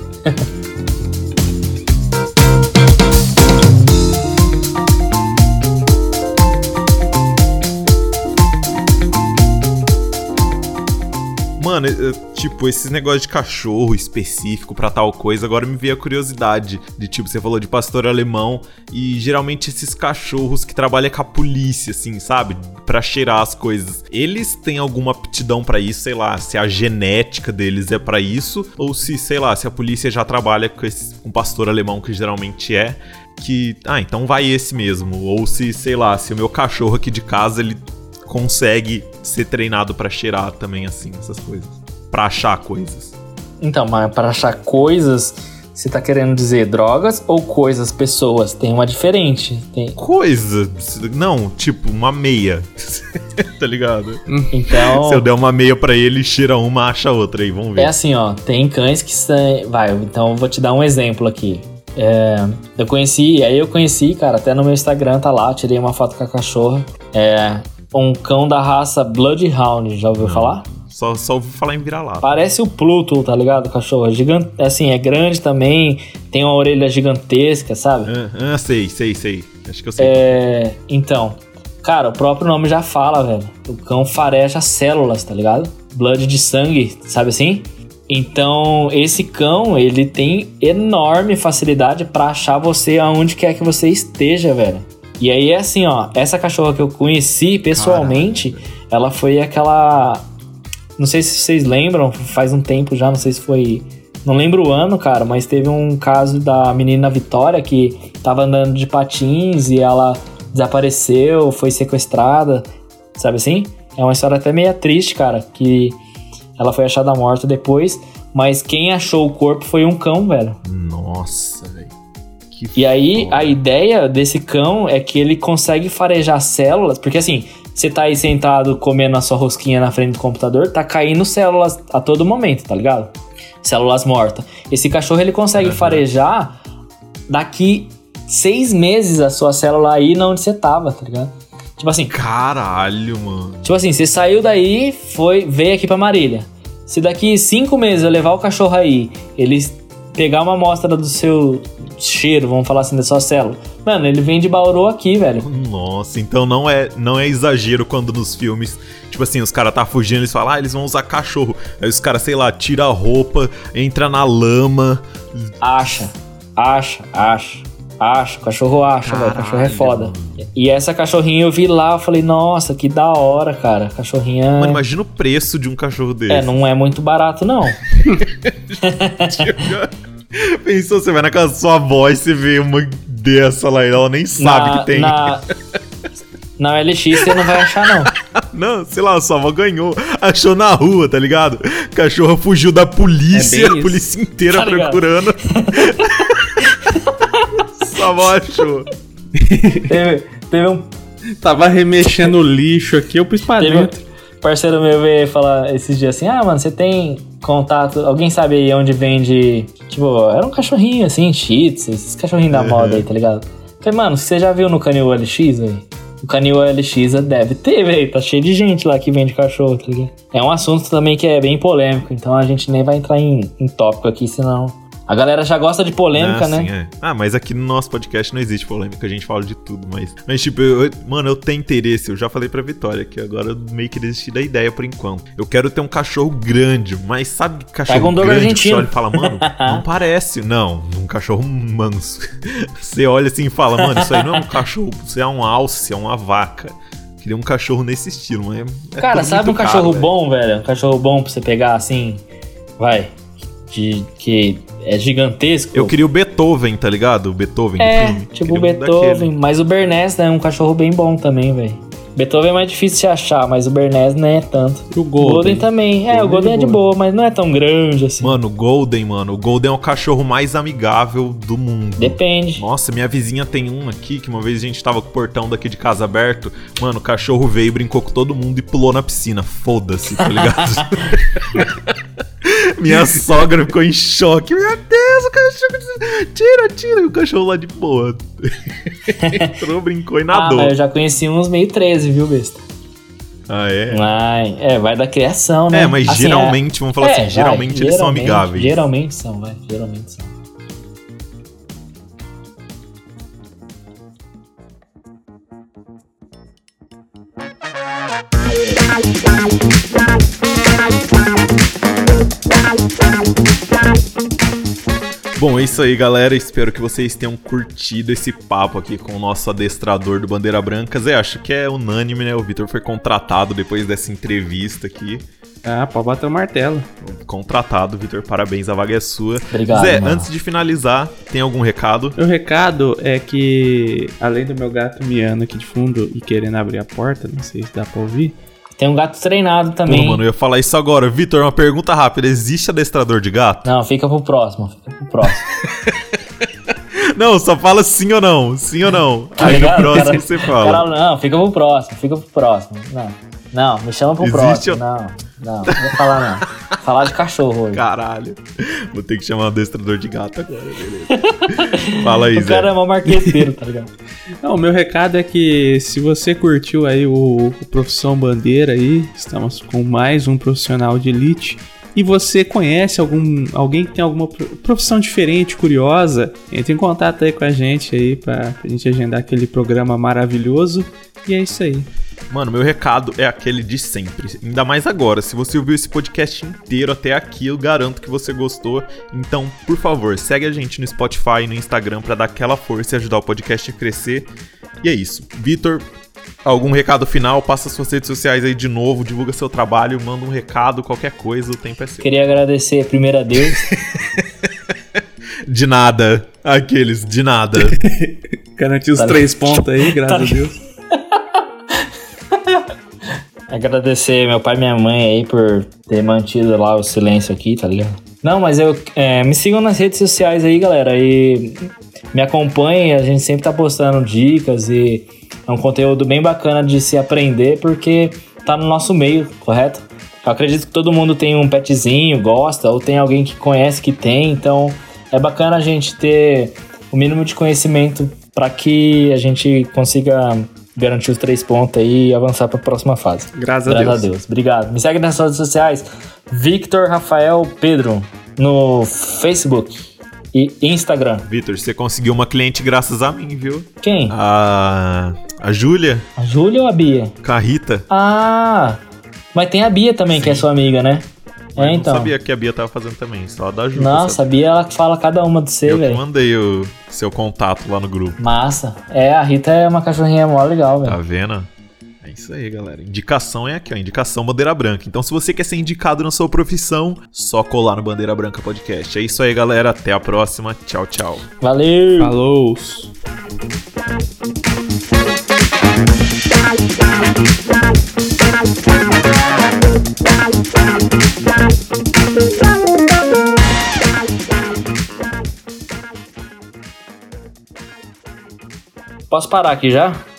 Mano, tipo, esses negócios de cachorro específico pra tal coisa, agora me veio a curiosidade de, tipo, você falou de pastor alemão e geralmente esses cachorros que trabalham com a polícia, assim, sabe? Pra cheirar as coisas. Eles têm alguma aptidão pra isso, sei lá, se a genética deles é pra isso ou se, sei lá, se a polícia já trabalha com esse, com pastor alemão, que geralmente é, que, ah, então vai esse mesmo. Ou se, sei lá, se o meu cachorro aqui de casa, ele consegue ser treinado pra cheirar também, assim, essas coisas. Pra achar coisas. Então, mas pra achar coisas, você tá querendo dizer drogas ou coisas, pessoas? Tem uma diferente. Tem... Coisa? Não, tipo, uma meia. Tá ligado? Então... Se eu der uma meia pra ele, cheira uma, acha outra aí, vamos ver. É assim, ó, tem cães que são... Vai, então eu vou te dar um exemplo aqui. É, eu conheci, aí eu conheci, cara, até no meu Instagram tá lá, tirei uma foto com a cachorra. É... Um cão da raça Bloodhound, já ouviu Não, falar? Só, só ouvi falar em vira-lata. Parece o Pluto, tá ligado? O cachorro. Gigante, assim, é grande também, tem uma orelha gigantesca, sabe? Ah, ah, sei, sei, sei. Acho que eu sei. É, então, cara, o próprio nome já fala, velho. O cão fareja células, tá ligado? Blood de sangue, sabe assim? Então, esse cão, ele tem enorme facilidade pra achar você aonde quer que você esteja, velho. E aí é assim, ó, essa cachorra que eu conheci pessoalmente, Caraca. ela foi aquela... Não sei se vocês lembram, faz um tempo já, não sei se foi... Não lembro o ano, cara, mas teve um caso da menina Vitória que tava andando de patins e ela desapareceu, foi sequestrada, sabe assim? É uma história até meio triste, cara, que ela foi achada morta depois, mas quem achou o corpo foi um cão, velho. Nossa, velho. E aí, a ideia desse cão é que ele consegue farejar células, porque assim, você tá aí sentado comendo a sua rosquinha na frente do computador, tá caindo células a todo momento, tá ligado? Células mortas. Esse cachorro, ele consegue uhum. farejar daqui seis meses a sua célula aí na onde você tava, tá ligado? Tipo assim... Caralho, mano. Tipo assim, você saiu daí, foi, veio aqui pra Marília. Se daqui cinco meses eu levar o cachorro aí, eles pegar uma amostra do seu cheiro, vamos falar assim, da sua célula. Mano, ele vem de Bauru aqui, velho. Nossa, então não é, não é exagero quando nos filmes, tipo assim, os caras tá fugindo, eles falam, ah, eles vão usar cachorro. Aí os caras, sei lá, tira a roupa, entra na lama. Acha, acha, acha, acha. O cachorro acha, velho. O cachorro é foda. Mano. E essa cachorrinha eu vi lá, eu falei, nossa, que da hora, cara. Cachorrinha... Mano, imagina o preço de um cachorro desse. É, não é muito barato, não. Pensou, você vai na casa da sua avó e você vê uma dessa lá e ela nem sabe na, que tem. Na, na L X você não vai achar, não. Não, sei lá, sua avó ganhou, achou na rua, tá ligado? Cachorro fugiu da polícia, É a bem polícia inteira Tá ligado? procurando. Sua avó achou. Teve, teve um Tava remexendo o lixo aqui, eu pus pra teve dentro. um parceiro meu veio falar esses dias assim, ah, mano, você tem contato, alguém sabe aí onde vende, tipo, era um cachorrinho assim, Shih Tzu, esses cachorrinhos da Uhum. moda aí, tá ligado? Falei, mano, você já viu no Canil L X, velho? O Canil L X deve ter, velho, tá cheio de gente lá que vende cachorro, tá ligado? É um assunto também que é bem polêmico, então a gente nem vai entrar em, em tópico aqui, senão... A galera já gosta de polêmica, ah, né? Sim, é. Ah, mas aqui no nosso podcast não existe polêmica, a gente fala de tudo, mas... Mas, tipo, eu, eu- mano, eu tenho interesse, eu já falei pra Vitória, que agora eu meio que desisti da ideia por enquanto. Eu quero ter um cachorro grande, mas sabe que cachorro Pega um dogo grande que você argentino. olha e fala, mano, não parece. Não, um cachorro manso. Você olha assim e fala, mano, isso aí não é um cachorro, isso é um alce, é uma vaca. Queria um cachorro nesse estilo, mas... É Cara, tudo sabe um muito caro, cachorro velho. bom, velho? Um cachorro bom pra você pegar assim, vai, de, que é gigantesco. Eu queria o Beethoven, tá ligado? O Beethoven do É, filme. tipo o Queria um Beethoven, daquele. mas o Bernese é um cachorro bem bom também, velho. Beethoven é mais difícil de achar, mas o Bernese não é tanto. E o O Golden. Golden também. É, o Golden é de boa, mas não é tão grande assim. Mano, o Golden, mano. O Golden é o cachorro mais amigável do mundo. Depende. Nossa, minha vizinha tem um aqui que uma vez a gente tava com o portão daqui de casa aberto. Mano, o cachorro veio, brincou com todo mundo e pulou na piscina. Foda-se, tá ligado? Minha sogra ficou em choque. Meu Deus, o cachorro. Tira, tira. E o cachorro lá de boa. Entrou, brincou e Ah, nadou. mas eu já conheci uns meio treze, viu, besta? Ah, é? Ai, é, vai da criação, né? É, mas Assim, geralmente, vamos falar é, assim, vai, geralmente eles são geralmente- amigáveis. Geralmente são, vai, geralmente são. Bom, é isso aí, galera. Espero que vocês tenham curtido esse papo aqui com o nosso adestrador do Bandeira Branca. Zé, acho que é unânime, né? O Vitor foi contratado depois dessa entrevista aqui. Ah, pode bater o martelo. Contratado, Vitor. Parabéns, a vaga é sua. Obrigado, Zé, mano. antes de finalizar, tem algum recado? Meu recado é que, além do meu gato miando aqui de fundo e querendo abrir a porta, não sei se dá pra ouvir. Tem um gato treinado Pô, também. mano, eu ia falar isso agora. Vitor, uma pergunta rápida. Existe adestrador de gato? Não, fica pro próximo, fica pro próximo. Não, só fala sim ou não. Sim ou não. Tá Aí no ligado? próximo Cara- você fala. cara, não, fica pro próximo, fica pro próximo. Não, não, me chama pro Existe próximo. ou- Não, não, não vou falar não. Vou falar de cachorro hoje. Caralho. Vou ter que chamar um adestrador de gato agora, beleza. Fala aí, O Zé. cara é mó marqueteiro, tá ligado? Não, o meu recado é que se você curtiu aí o, o Profissão Bandeira aí, estamos com mais um profissional de elite. E você conhece algum alguém que tem alguma pro- profissão diferente, curiosa, entre em contato aí com a gente aí pra, pra gente agendar aquele programa maravilhoso. E é isso aí. Mano, meu recado é aquele de sempre. Ainda mais agora. Se você ouviu esse podcast inteiro até aqui, eu garanto que você gostou. Então, por favor, segue a gente no Spotify e no Instagram pra dar aquela força e ajudar o podcast a crescer. E é isso. Vitor, algum recado final? Passa suas redes sociais aí de novo, divulga seu trabalho, manda um recado, qualquer coisa, o tempo é seu. Queria agradecer primeiro a Deus. De nada. Aqueles, de nada. Garantiu os Tá três pontos aí, graças Tá a Deus. Agradecer meu pai e minha mãe aí por ter mantido lá o silêncio aqui, tá ligado? Não, mas eu é, me sigam nas redes sociais aí, galera, e me acompanhem, a gente sempre tá postando dicas e é um conteúdo bem bacana de se aprender porque tá no nosso meio, correto? Eu acredito que todo mundo tem um petzinho, gosta, ou tem alguém que conhece que tem, então é bacana a gente ter o mínimo de conhecimento para que a gente consiga garantir os três pontos aí e avançar pra próxima fase. Graças, Graças a Deus. a Deus. Obrigado. Me segue nas redes sociais. Victor Rafael Pedro no Facebook e Instagram. Vitor, você conseguiu uma cliente graças a mim, viu? Quem? A... A Júlia. A Júlia ou a Bia? Carrita. Ah, mas tem a Bia também, Sim. que é sua amiga, né? Eu é, então. não sabia que a Bia tava fazendo também, só a da Júlia. Nossa, a Bia, ela fala cada uma de você, Eu que velho. mandei o seu contato lá no grupo. Massa. É, a Rita é uma cachorrinha mó legal, velho. Tá vendo? É isso aí, galera. Indicação é aqui, ó. Indicação Bandeira Branca. Então, se você quer ser indicado na sua profissão, só colar no Bandeira Branca Podcast. É isso aí, galera. Até a próxima. Tchau, tchau. Valeu! Falou! Posso parar aqui já?